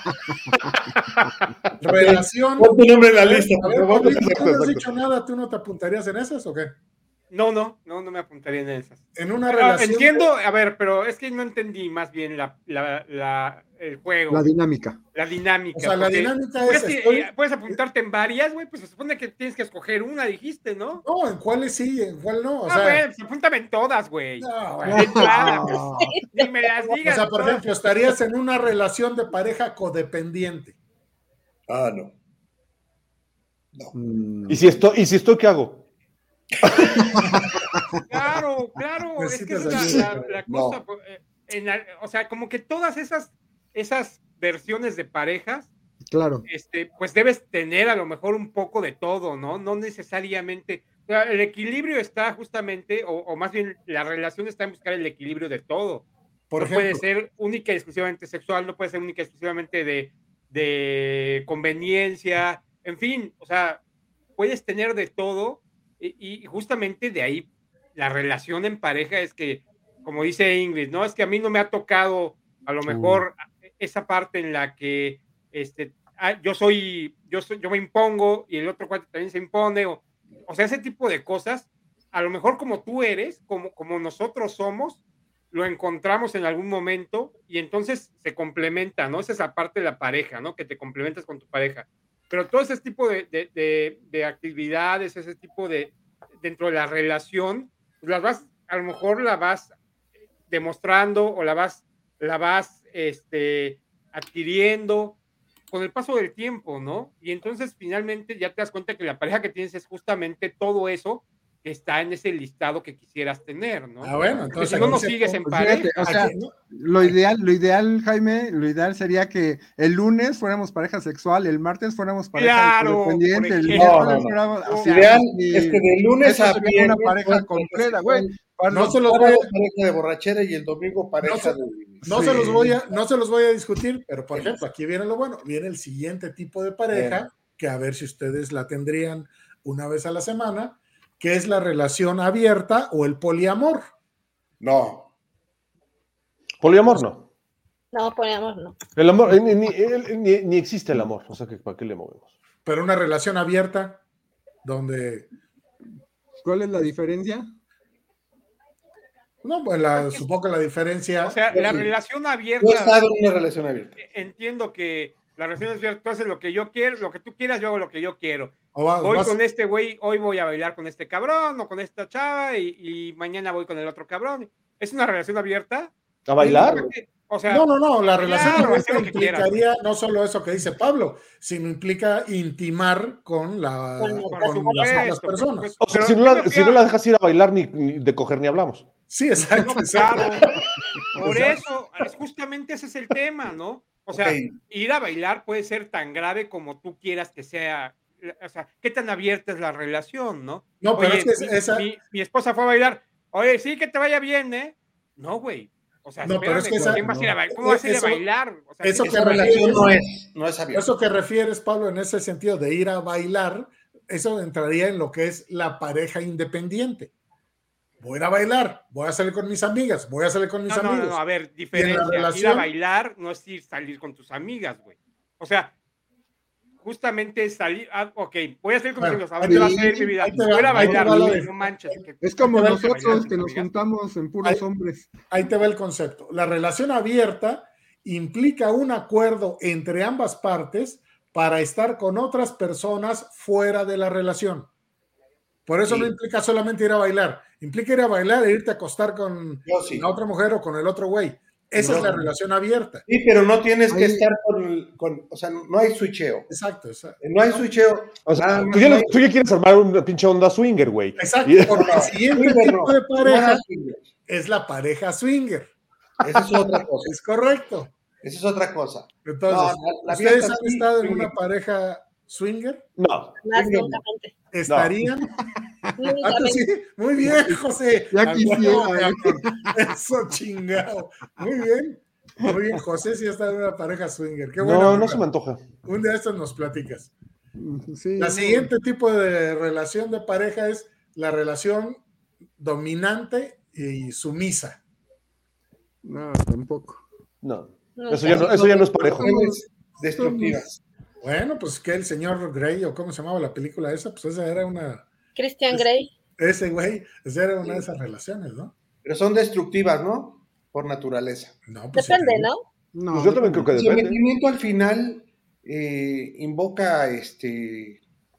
Relación. Pon tu nombre en la lista, A por ver, favor. Pablito, tú Exacto, no has exacto. dicho nada, ¿tú no te apuntarías en esas o qué? No, no, no, no me apuntaría en esas. En una Ah, relación. entiendo, a ver, pero es que no entendí más bien la, la, la- el juego, La güey, dinámica. la dinámica. O sea, la porque dinámica puedes, es, que- estoy- eh, puedes apuntarte en varias, güey, pues se supone que tienes que escoger una, dijiste, ¿no? No, en cuáles sí, en cuál no. O ah, sea, güey, pues apúntame en todas, güey. no, De güey. entrada, pues, ni me las O digas. sea, por todas. ejemplo, estarías en una relación de pareja codependiente. Ah, no. No. Mm, ¿Y si estoy, ¿y si estoy qué hago? Claro, claro, es que Necesitas esa es ayuda, la, la- la no. cosa, pues, eh, en la- o sea, como que todas esas, esas versiones de parejas, claro. este, pues debes tener a lo mejor un poco de todo, ¿no? No necesariamente, o sea, el equilibrio está justamente, o, o más bien la relación está en buscar el equilibrio de todo. Por no ejemplo, puede ser única y exclusivamente sexual, no puede ser única y exclusivamente de, de conveniencia, en fin, o sea, puedes tener de todo y, y justamente de ahí la relación en pareja es que, como dice Ingrid, no es que a mí no me ha tocado a lo mejor esa parte en la que este, ah, yo soy, yo soy, yo me impongo y el otro cuate también se impone, o, o sea, ese tipo de cosas, a lo mejor como tú eres, como, como nosotros somos, lo encontramos en algún momento y entonces se complementa, ¿no? Esa es la parte de la pareja, ¿no? Que te complementas con tu pareja. Pero todo ese tipo de, de, de, de actividades, ese tipo de, dentro de la relación, pues las vas, a lo mejor la vas demostrando o la vas, la vas este, adquiriendo con el paso del tiempo, ¿no? Y entonces finalmente ya te das cuenta que la pareja que tienes es justamente todo eso que está en ese listado que quisieras tener, ¿no? Ah, bueno, Porque entonces si no, no aquí se- sigues en Pues pareja. fíjate, o sea, Aquí, ¿no? lo ideal, lo ideal, Jaime, lo ideal sería que el lunes fuéramos pareja sexual, el martes fuéramos pareja Claro, independiente, por el ejemplo. miércoles No, no, no. fuéramos, o Lo sea, ideal sí, es que de lunes eso a sería viernes una pareja fueran completa, pareja güey. sexual, Para No los- se los voy sábado a, pareja de borrachera y el domingo pareja No se- de... no Sí. se los voy a, no se los voy a discutir, pero por ejemplo, aquí viene lo bueno, viene el siguiente tipo de pareja, Bien. que a ver si ustedes la tendrían una vez a la semana, que es la relación abierta o el poliamor. No. Poliamor no. No, ponemos no. El amor, eh, ni, ni- el- ni- ni existe el amor, o sea, que ¿para qué le movemos? Pero una relación abierta, donde, ¿Cuál es la diferencia? no, pues la, supongo que la diferencia, O sea, la Sí. relación Yo he abierta, estado en una relación abierta. entiendo que la relación abierta, tú haces lo que yo quiero, lo que tú quieras, yo hago lo que yo quiero. o va- Voy vas- con este güey, hoy voy a bailar con este cabrón o con esta chava y, y mañana voy con el otro cabrón. ¿Es una relación abierta? ¿A bailar? O sea, no, no, no, la relación claro, abierta haz lo que quieras, implicaría no solo eso que dice Pablo, sino implica intimar con, la, Con con la- las por otras supuesto, por personas. supuesto. O sea, Pero si no, yo la, me fui si no a- la dejas ir a bailar, ni, ni de coger ni hablamos. Sí, exacto. No, exacto. claro. Por eso, es justamente ese es el tema, ¿no? O sea, Ok. ir a bailar puede ser tan grave como tú quieras que sea. O sea, ¿qué tan abierta es la relación, no? No, pero Oye, es que mi, esa- mi- mi esposa fue a bailar. Oye, sí, que te vaya bien, ¿eh? No, güey. O sea, No, pero es espérame, que ¿con esa- quién vas a ir a bailar? ¿Cómo no. vas a ir a Eso- bailar? O sea, eso ¿qué- que Esa relación no es, no es abierta. Eso que refieres, Pablo, en ese sentido de ir a bailar, eso entraría en lo que es la pareja independiente. Voy a ir a bailar, voy a salir con mis amigas, voy a salir con mis No, no, amigos. no, a ver, diferencia. Ir relación- a bailar no es ir salir con tus amigas, güey. O sea, justamente salir, ah, ok, voy a salir con Bueno, mis amigos, a ver ahí- qué va a hacer mi vida. ahí te va- Voy a ir a ahí te bailar, va la güey, de- no manches. que- Es como Ahí te va el nosotros bailar, que nos amigas. juntamos en puros Ahí- hombres. Ahí te va el concepto. La relación abierta implica un acuerdo entre ambas partes para estar con otras personas fuera de la relación. Por eso Sí. no implica solamente ir a bailar, implica ir a bailar e irte a acostar con Yo sí. la otra mujer o con el otro güey. Esa No. es la relación abierta. Sí, pero no tienes que Ahí- estar con, con- o sea, no hay switcheo. Exacto, exacto. No hay switcheo. O sea, Nada tú más ya, no no- hay- tú ya quieres armar una pinche onda swinger, güey. Exacto, Y- porque el siguiente Swinger tipo no, de pareja nada swinger. es la pareja swinger. Esa es otra cosa. Es correcto. Esa es otra cosa. Entonces, No, la- la ¿ustedes abierta han sí, estado en swinger. una pareja swinger? No, Más Venga. lentamente. ¿Estarían? Ah, tú Únicamente. sí. Muy bien, José. Ya Ah, quisiera, no, eh. cabrón. Eso chingado. Muy bien. Muy bien, José sí está en una pareja swinger. Qué bueno. no, no se me antoja. Un día estos nos platicas. Sí, La no. siguiente tipo de relación de pareja es la relación dominante y sumisa. No, tampoco. No, No, eso ya no, eso ya no es parejo. Relaciones destructivas. Bueno, pues que el señor Grey, o cómo se llamaba la película esa, pues esa era una, Christian Grey. ese güey, esa era una de esas relaciones, ¿no? Pero son destructivas, ¿no? Por naturaleza. No, pues, Depende, sí. ¿no? No, Pues yo también creo que El depende. sometimiento al final eh, invoca este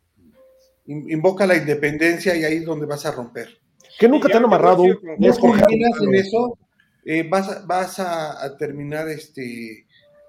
in- invoca la independencia y ahí es donde vas a romper. Que nunca Y te han ya te amarrado voy a un decir como- No es coger. confías en eso, eh, vas, a, vas a, a terminar este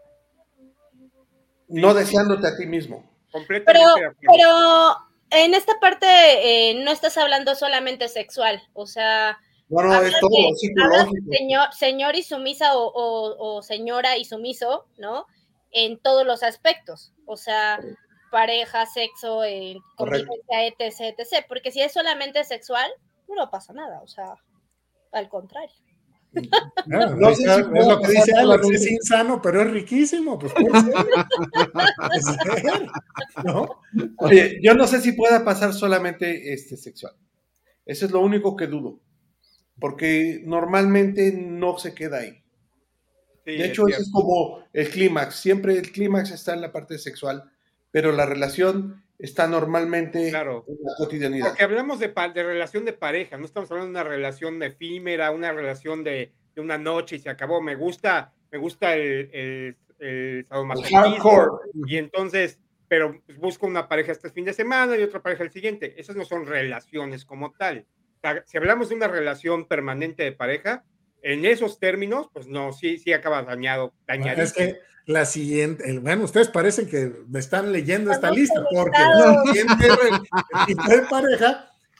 no deseándote a ti mismo. Completamente Pero, de acuerdo. pero en esta parte eh, no estás hablando solamente sexual, o sea, Bueno, hablas es todo de- hablas psicológico. de señor, señor y sumisa o, o- o señora y sumiso, ¿no? En todos los aspectos, o sea, pareja, sexo, eh, Correcto. convivencia, etc, etcétera. Porque si es solamente sexual, no pasa nada, o sea, al contrario. Ah, No ahí sé está, si es puedo lo que dice pasar Alex, la- es insano, pero es riquísimo, pues puede ser. Puede ser, ¿no? Oye, yo no sé si pueda pasar solamente este sexual. Eso es lo único que dudo. Porque normalmente no se queda ahí. Sí, De es hecho, eso cierto. es como el clímax. Siempre el clímax está en la parte sexual, pero la relación está normalmente Claro. en la cotidianidad. Porque hablamos de, pa- de relación de pareja, no estamos hablando de una relación efímera, una relación de, de una noche y se acabó. Me gusta, me gusta el, el, el sadomasoquismo, Hardcore. y entonces, pero pues, busco una pareja este fin de semana y otra pareja el siguiente. Esas no son relaciones como tal. O sea, si hablamos de una relación permanente de pareja, en esos términos, pues no, sí, sí acaba dañado, dañadísimo. Es que la siguiente, el- bueno, ustedes parecen que me están leyendo esta Estamos lista, porque conectados. la siguiente re- el tipo de pareja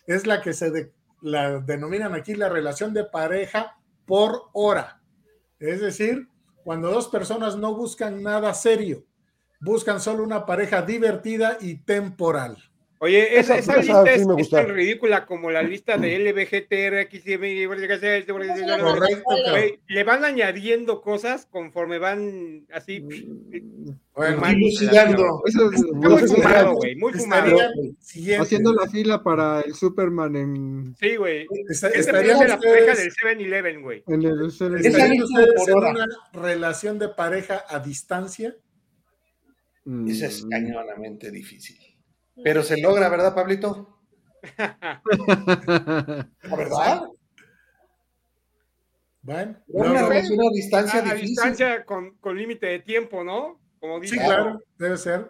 es la que se de, la denominan aquí la relación de pareja por hora. Es decir, cuando dos personas no buscan nada serio, buscan solo una pareja divertida y temporal. Oye, esa, Esa- esa esa lista sí es, me es gusta. tan ridícula como la lista de L B G T R X Y. Correcto, Güey, le van añadiendo cosas conforme van así pff, Bueno, fumando dilucidando. Eso es- Está muy eso es- fumado, güey, muy fumado. estarían siguiente, haciendo la fila para el Superman en, Sí, güey. Está- Este estarían parece la pareja ustedes, del seven eleven, güey. en el seven Esa estarían lista ustedes por en hora. una relación de pareja a distancia. Mm. Esa es cañonamente difícil. Pero se logra, ¿verdad, Pablito? ¿La verdad? Bueno, Una luego- relación a distancia A, a difícil. distancia con, con límite de tiempo, ¿no? Como sí, dice. claro, debe ser.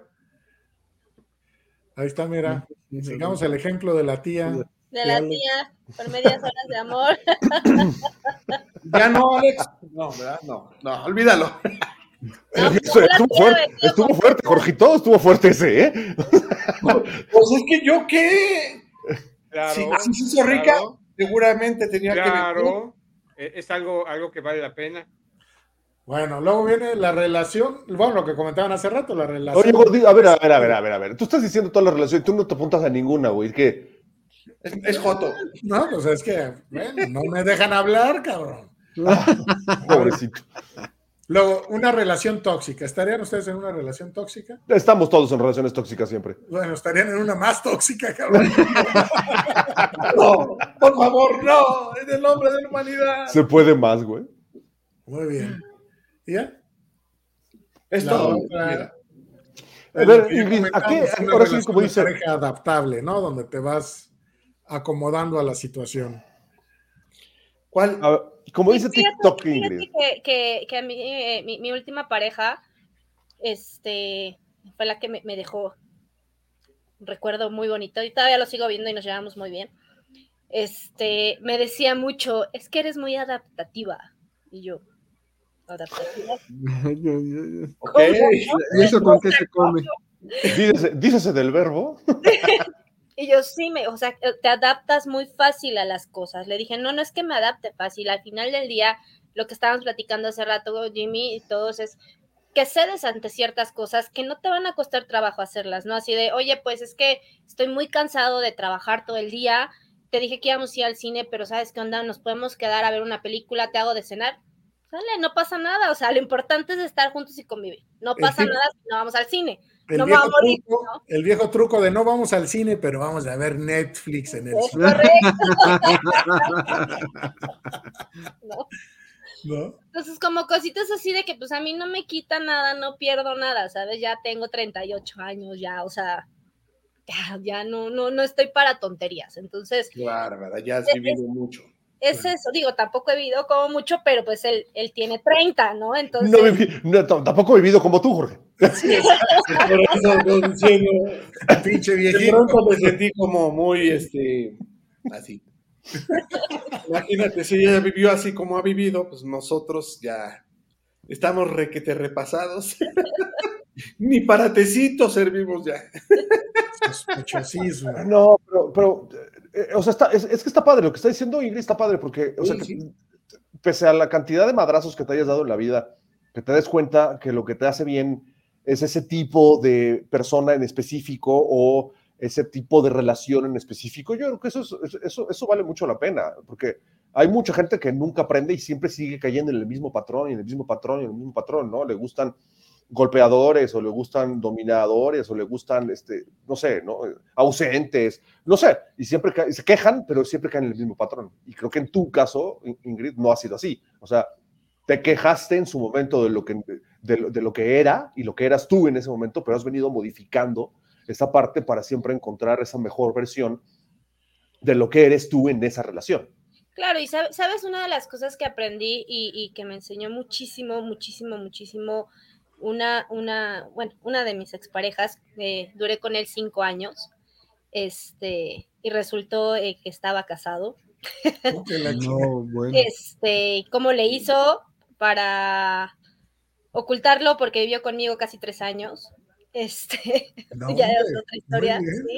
Ahí está, mira. Sigamos el ejemplo de la tía. De la tía, por medias horas de amor. Ya no, Alex. No, ¿verdad? No, no, olvídalo. No, Eso la estuvo tía fuerte, venía estuvo con- fuerte, Jorgito, estuvo fuerte ese, ¿eh? Pues es que yo qué. Claro. Si si se hizo rica, claro, seguramente tenía que venir. claro. Eh, Es algo, algo que vale la pena. Bueno, luego viene la relación, bueno, lo que comentaban hace rato, la Oye, relación. Gordi, a ver, a ver, a ver, a ver, a ver. Tú estás diciendo toda la relación, tú no te apuntas a ninguna, güey. ¿Qué? Es, es joto. No, pues es que, bueno, no me dejan hablar, cabrón. Pobrecito. Luego, una relación tóxica. ¿Estarían ustedes en una relación tóxica? Estamos todos en relaciones tóxicas siempre. Bueno, estarían en una más tóxica, cabrón. No, por favor, no. En el nombre de la humanidad. Se puede más, güey. Muy bien. ¿Y ya? Es La todo. otra- Mira. A es ver, lo que ya Ingrid, ¿a qué- comentábamos, una ahora sí, relación como de dice- pareja adaptable, ¿no? Donde te vas acomodando a la situación. ¿Cuál? A ver, como Sí, dice fíjate- TikTok, fíjate Ingrid. que, que, que a mí, eh, mi, mi última pareja, este, fue la que me, me dejó un recuerdo muy bonito y todavía lo sigo viendo y nos llevamos muy bien. Este, me decía mucho, es que eres muy adaptativa. Y yo, ¿adaptativa? Ok. ¿Y eso con qué se come? Dícese, dícese del verbo. Y yo sí, me, o sea, te adaptas muy fácil a las cosas. Le dije, no, no es que me adapte fácil. Al final del día, lo que estábamos platicando hace rato, Jimmy y todos, es que cedes ante ciertas cosas que no te van a costar trabajo hacerlas, ¿no? Así de, oye, pues es que estoy muy cansado de trabajar todo el día. Te dije que íbamos a ir al cine, pero ¿sabes qué onda? Nos podemos quedar a ver una película, te hago de cenar. Sale, no pasa nada. O sea, lo importante es estar juntos y convivir. No pasa El tipo- nada si no vamos al cine. El, No me viejo va a morir, truco, ¿no? el viejo truco de no vamos al cine, pero vamos a ver Netflix en el Es cine, correcto. ¿No? ¿no? Entonces, como cositas así de que pues a mí no me quita nada, no pierdo nada, ¿sabes? Ya tengo treinta y ocho años, ya, o sea, ya, ya no, no, no estoy para tonterías. Entonces, Claro, ¿verdad? Ya has vivido mucho. es eso, digo, tampoco he vivido como mucho, pero pues él, él tiene treinta, ¿no? Entonces, No viví- no, t- tampoco he vivido como tú, Jorge. Por eso estoy diciendo, Pinche de viejito. pronto me sentí como muy, este, así. Imagínate, si ella vivió así como ha vivido, pues nosotros ya estamos requete repasados. Ni para tecito servimos ya. Sospechosismo. No, pero, pero eh, o sea, está, es, es que está padre, lo que está diciendo Ingrid está padre, porque, o sea, Sí, que, sí. pese a la cantidad de madrazos que te hayas dado en la vida, que te des cuenta que lo que te hace bien es ese tipo de persona en específico o ese tipo de relación en específico, yo creo que eso, es, eso, eso vale mucho la pena, porque hay mucha gente que nunca aprende y siempre sigue cayendo en el mismo patrón y en el mismo patrón y en el mismo patrón, ¿no? Le gustan golpeadores o le gustan dominadores o le gustan, este, no sé, ¿no? ausentes, no sé, y siempre ca- se quejan, pero siempre caen en el mismo patrón. Y creo que en tu caso, Ingrid, no ha sido así. O sea, te quejaste en su momento de lo que, de, lo- de lo que era y lo que eras tú en ese momento, pero has venido modificando esa parte para siempre encontrar esa mejor versión de lo que eres tú en esa relación. claro, y sab- sabes, una de las cosas que aprendí y, y que me enseñó muchísimo, muchísimo, muchísimo, una, una, bueno, una de mis exparejas, eh, duré con él cinco años, este, y resultó eh, que estaba casado. Que la chingada. No, bueno. Este, ¿cómo le hizo para ocultarlo? Porque vivió conmigo casi tres años. Este, No, ya es hombre, otra historia, muy bien. ¿sí?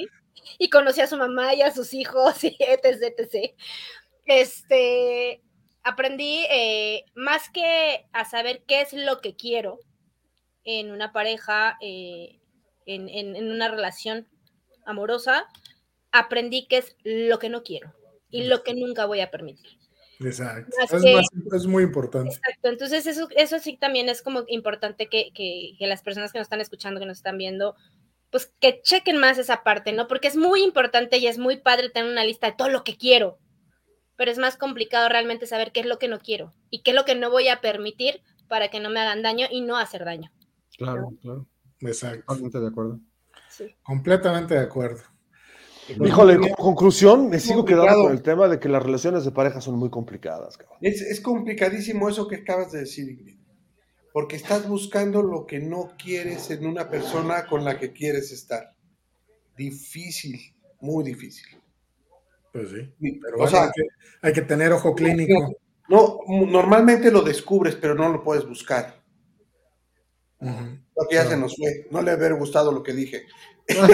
y conocí a su mamá y a sus hijos, y etc, etcétera. Este, aprendí eh, más que a saber qué es lo que quiero en una pareja, eh, en, en, en una relación amorosa, aprendí qué es lo que no quiero y lo que nunca voy a permitir. Exacto. Más Es, que, más, es muy importante. Exacto. Entonces, eso, eso sí también es como importante que, que, que las personas que nos están escuchando, que nos están viendo, pues que chequen más esa parte, ¿no? Porque es muy importante y es muy padre tener una lista de todo lo que quiero, pero es más complicado realmente saber qué es lo que no quiero y qué es lo que no voy a permitir para que no me hagan daño y no hacer daño. Claro, ¿no? Claro. Exacto. Totalmente de acuerdo. Sí. Completamente de acuerdo. Híjole, como conclusión, me sigo quedando con el tema de que las relaciones de pareja son muy complicadas, cabrón. Es, es complicadísimo eso que acabas de decir, Ingrid, porque estás buscando lo que no quieres en una persona con la que quieres estar. Difícil, muy difícil. Pues sí, pero O bueno, sea, hay, que, hay que tener ojo clínico. No, normalmente lo descubres, pero no lo puedes buscar. Uh-huh. Porque ya no. se nos fue. No le haber gustado lo que dije. Ahí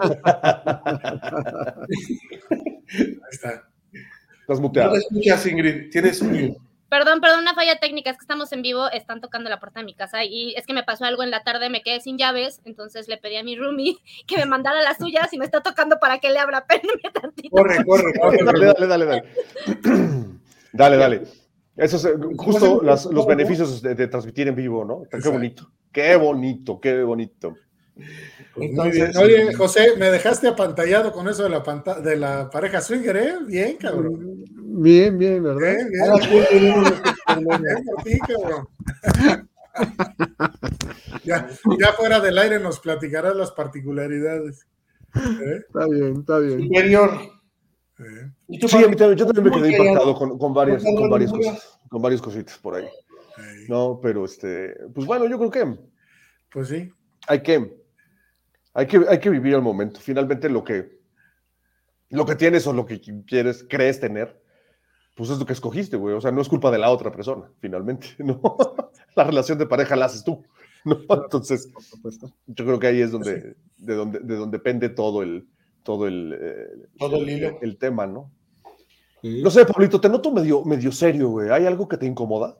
está. Estás muteado. No te escuchas, Ingrid. Tienes un... Perdón, perdón, una falla técnica, es que estamos en vivo, están tocando la puerta de mi casa y es que me pasó algo en la tarde, me quedé sin llaves, entonces le pedí a mi roomie que me mandara las suyas y me está tocando para que le abra, espérenme tantito. Corre, corre, corre. Dale, dale, dale, dale. Dale, dale. Eso es justo las, los beneficios de, de transmitir en vivo, ¿no? Qué Exacto. bonito, qué bonito, qué bonito. Pues Entonces, muy bien. Oye, José, me dejaste apantallado con eso de la, panta de la pareja swinger, ¿eh? Bien, cabrón. Bien, bien, ¿verdad? Bien, bien. Bien por ti, cabrón. ya, ya fuera del aire nos platicarás las particularidades. ¿Eh? Está bien, está bien. Superior. ¿Eh? ¿Y tú, Sí, a mí también, yo también me ¿Cómo quedé que ya impactado no? con, con varias, ¿No te con varias acuerdas? cosas, con varias cositas por ahí. ¿Eh? No, pero este, pues bueno, yo creo que Pues sí. hay que, hay que, hay que vivir el momento. Finalmente lo que, lo que tienes o lo que quieres, crees tener, pues es lo que escogiste, güey. O sea, no es culpa de la otra persona, finalmente, ¿no? La relación de pareja la haces tú, ¿no? Entonces, Por supuesto. yo creo que ahí es donde, de donde, de donde depende todo el, todo el, eh, Todo el el, hilo. el tema, ¿no? Sí. No sé, Pablito, te noto medio, medio serio, güey. ¿Hay algo que te incomoda?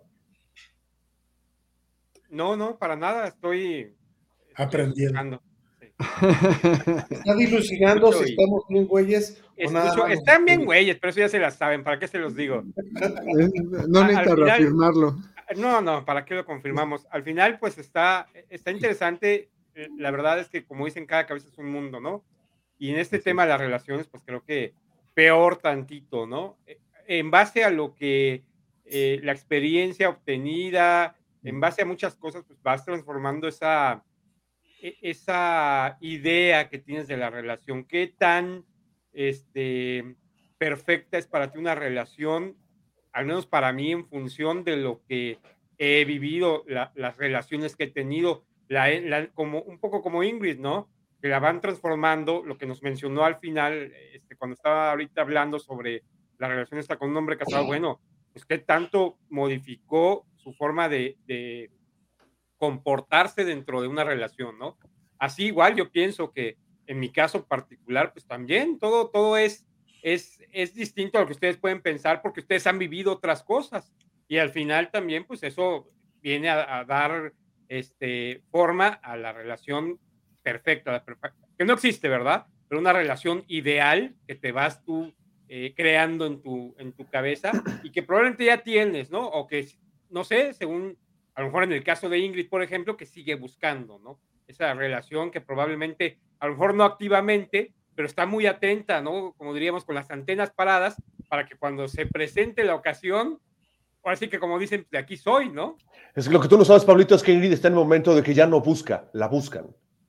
No, no, para nada, estoy, estoy Aprendiendo. escuchando. Sí. Está dilucidando si Escucho y- estamos bien güeyes o nada Escucho, más. nos están bien escuchan. güeyes, pero eso ya se las saben, ¿para qué se los digo? Es- no A- necesita al final- reafirmarlo. No, no, ¿para qué lo confirmamos? Al final, pues está, está interesante. eh, La verdad es que, como dicen, cada cabeza es un mundo, ¿no? Y en este Así tema de las relaciones, pues creo que peor tantito, ¿no? Eh, En base a lo que eh, la experiencia obtenida, en base a muchas cosas, pues vas transformando esa, e- esa idea que tienes de la relación. ¿Qué tan este, perfecta es para ti una relación? Al menos para mí, en función de lo que he vivido, la- las relaciones que he tenido, la, la- como, un poco como Ingrid, ¿no? Que la van transformando, lo que nos mencionó al final, este, cuando estaba ahorita hablando sobre la relación esta con un hombre casado, bueno, pues qué tanto modificó su forma de, de comportarse dentro de una relación, ¿no? Así igual yo pienso que en mi caso particular, pues también todo, todo es, es, es distinto a lo que ustedes pueden pensar porque ustedes han vivido otras cosas y al final también pues eso viene a, a dar este, forma a la relación perfecta, la perfe- que no existe, ¿verdad? Pero una relación ideal que te vas tú eh, creando en tu, en tu cabeza y que probablemente ya tienes, ¿no? O que, no sé, según a lo mejor en el caso de Ingrid, por ejemplo, que sigue buscando, ¿no? Esa relación que probablemente, a lo mejor no activamente, pero está muy atenta, ¿no? Como diríamos, con las antenas paradas, para que cuando se presente la ocasión, ahora sí que como dicen, de aquí soy, ¿no? Es que lo que tú no sabes, Pablito, es que Ingrid está en el momento de que ya no busca, la buscan.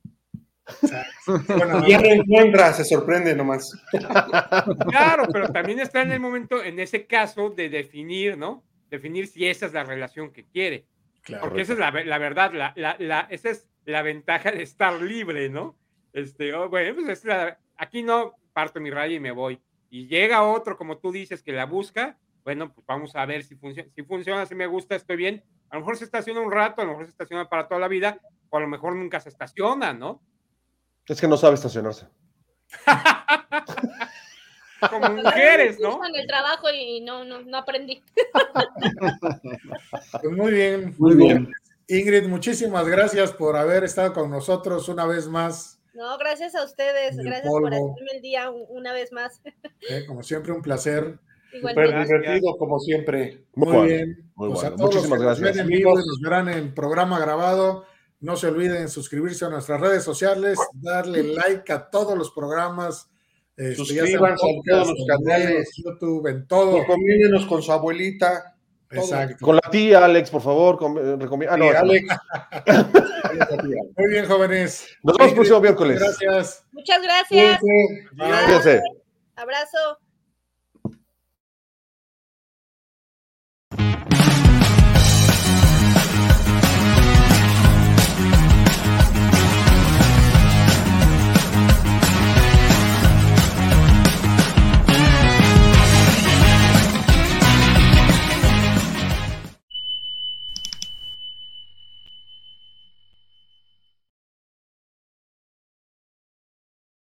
Bueno, Y ya no encuentra, se sorprende nomás. Claro, pero también está en el momento, en ese caso, de definir, ¿no? Definir si esa es la relación que quiere. claro. Porque esa es la, la verdad, la, la, la, esa es la ventaja de estar libre, ¿no? Este, oh, bueno, pues es la, aquí no parto mi raya y me voy. Y llega otro, como tú dices, que la busca, bueno, pues vamos a ver si funciona, si funciona, si me gusta, estoy bien. A lo mejor se estaciona un rato, a lo mejor se estaciona para toda la vida, o a lo mejor nunca se estaciona, ¿no? Es que no sabe estacionarse. Como mujeres, ¿no? En el trabajo y no, no, no aprendí. Pues muy bien. Muy bien. Ingrid, muchísimas gracias por haber estado con nosotros una vez más. No, gracias a ustedes. El Gracias por polvo. hacerme el día una vez más. Eh, como siempre, un placer. Súper divertido, como siempre. Muy, Muy bueno, bien. muy Pues bueno. a todos Muchísimas los que gracias. nos ven en vivo y nos verán en programa grabado, no se olviden suscribirse a nuestras redes sociales, darle like a todos los programas. Este, Suscríbanse a todos los canales, YouTube, en todo. Recomiéndenos con su abuelita. Exacto. Con la tía, Alex, por favor. Recomienda. Ah, no, sí, Alex. Muy bien, jóvenes. Nos vemos el próximo miércoles. Gracias. Muchas gracias. Cuídense. Abrazo.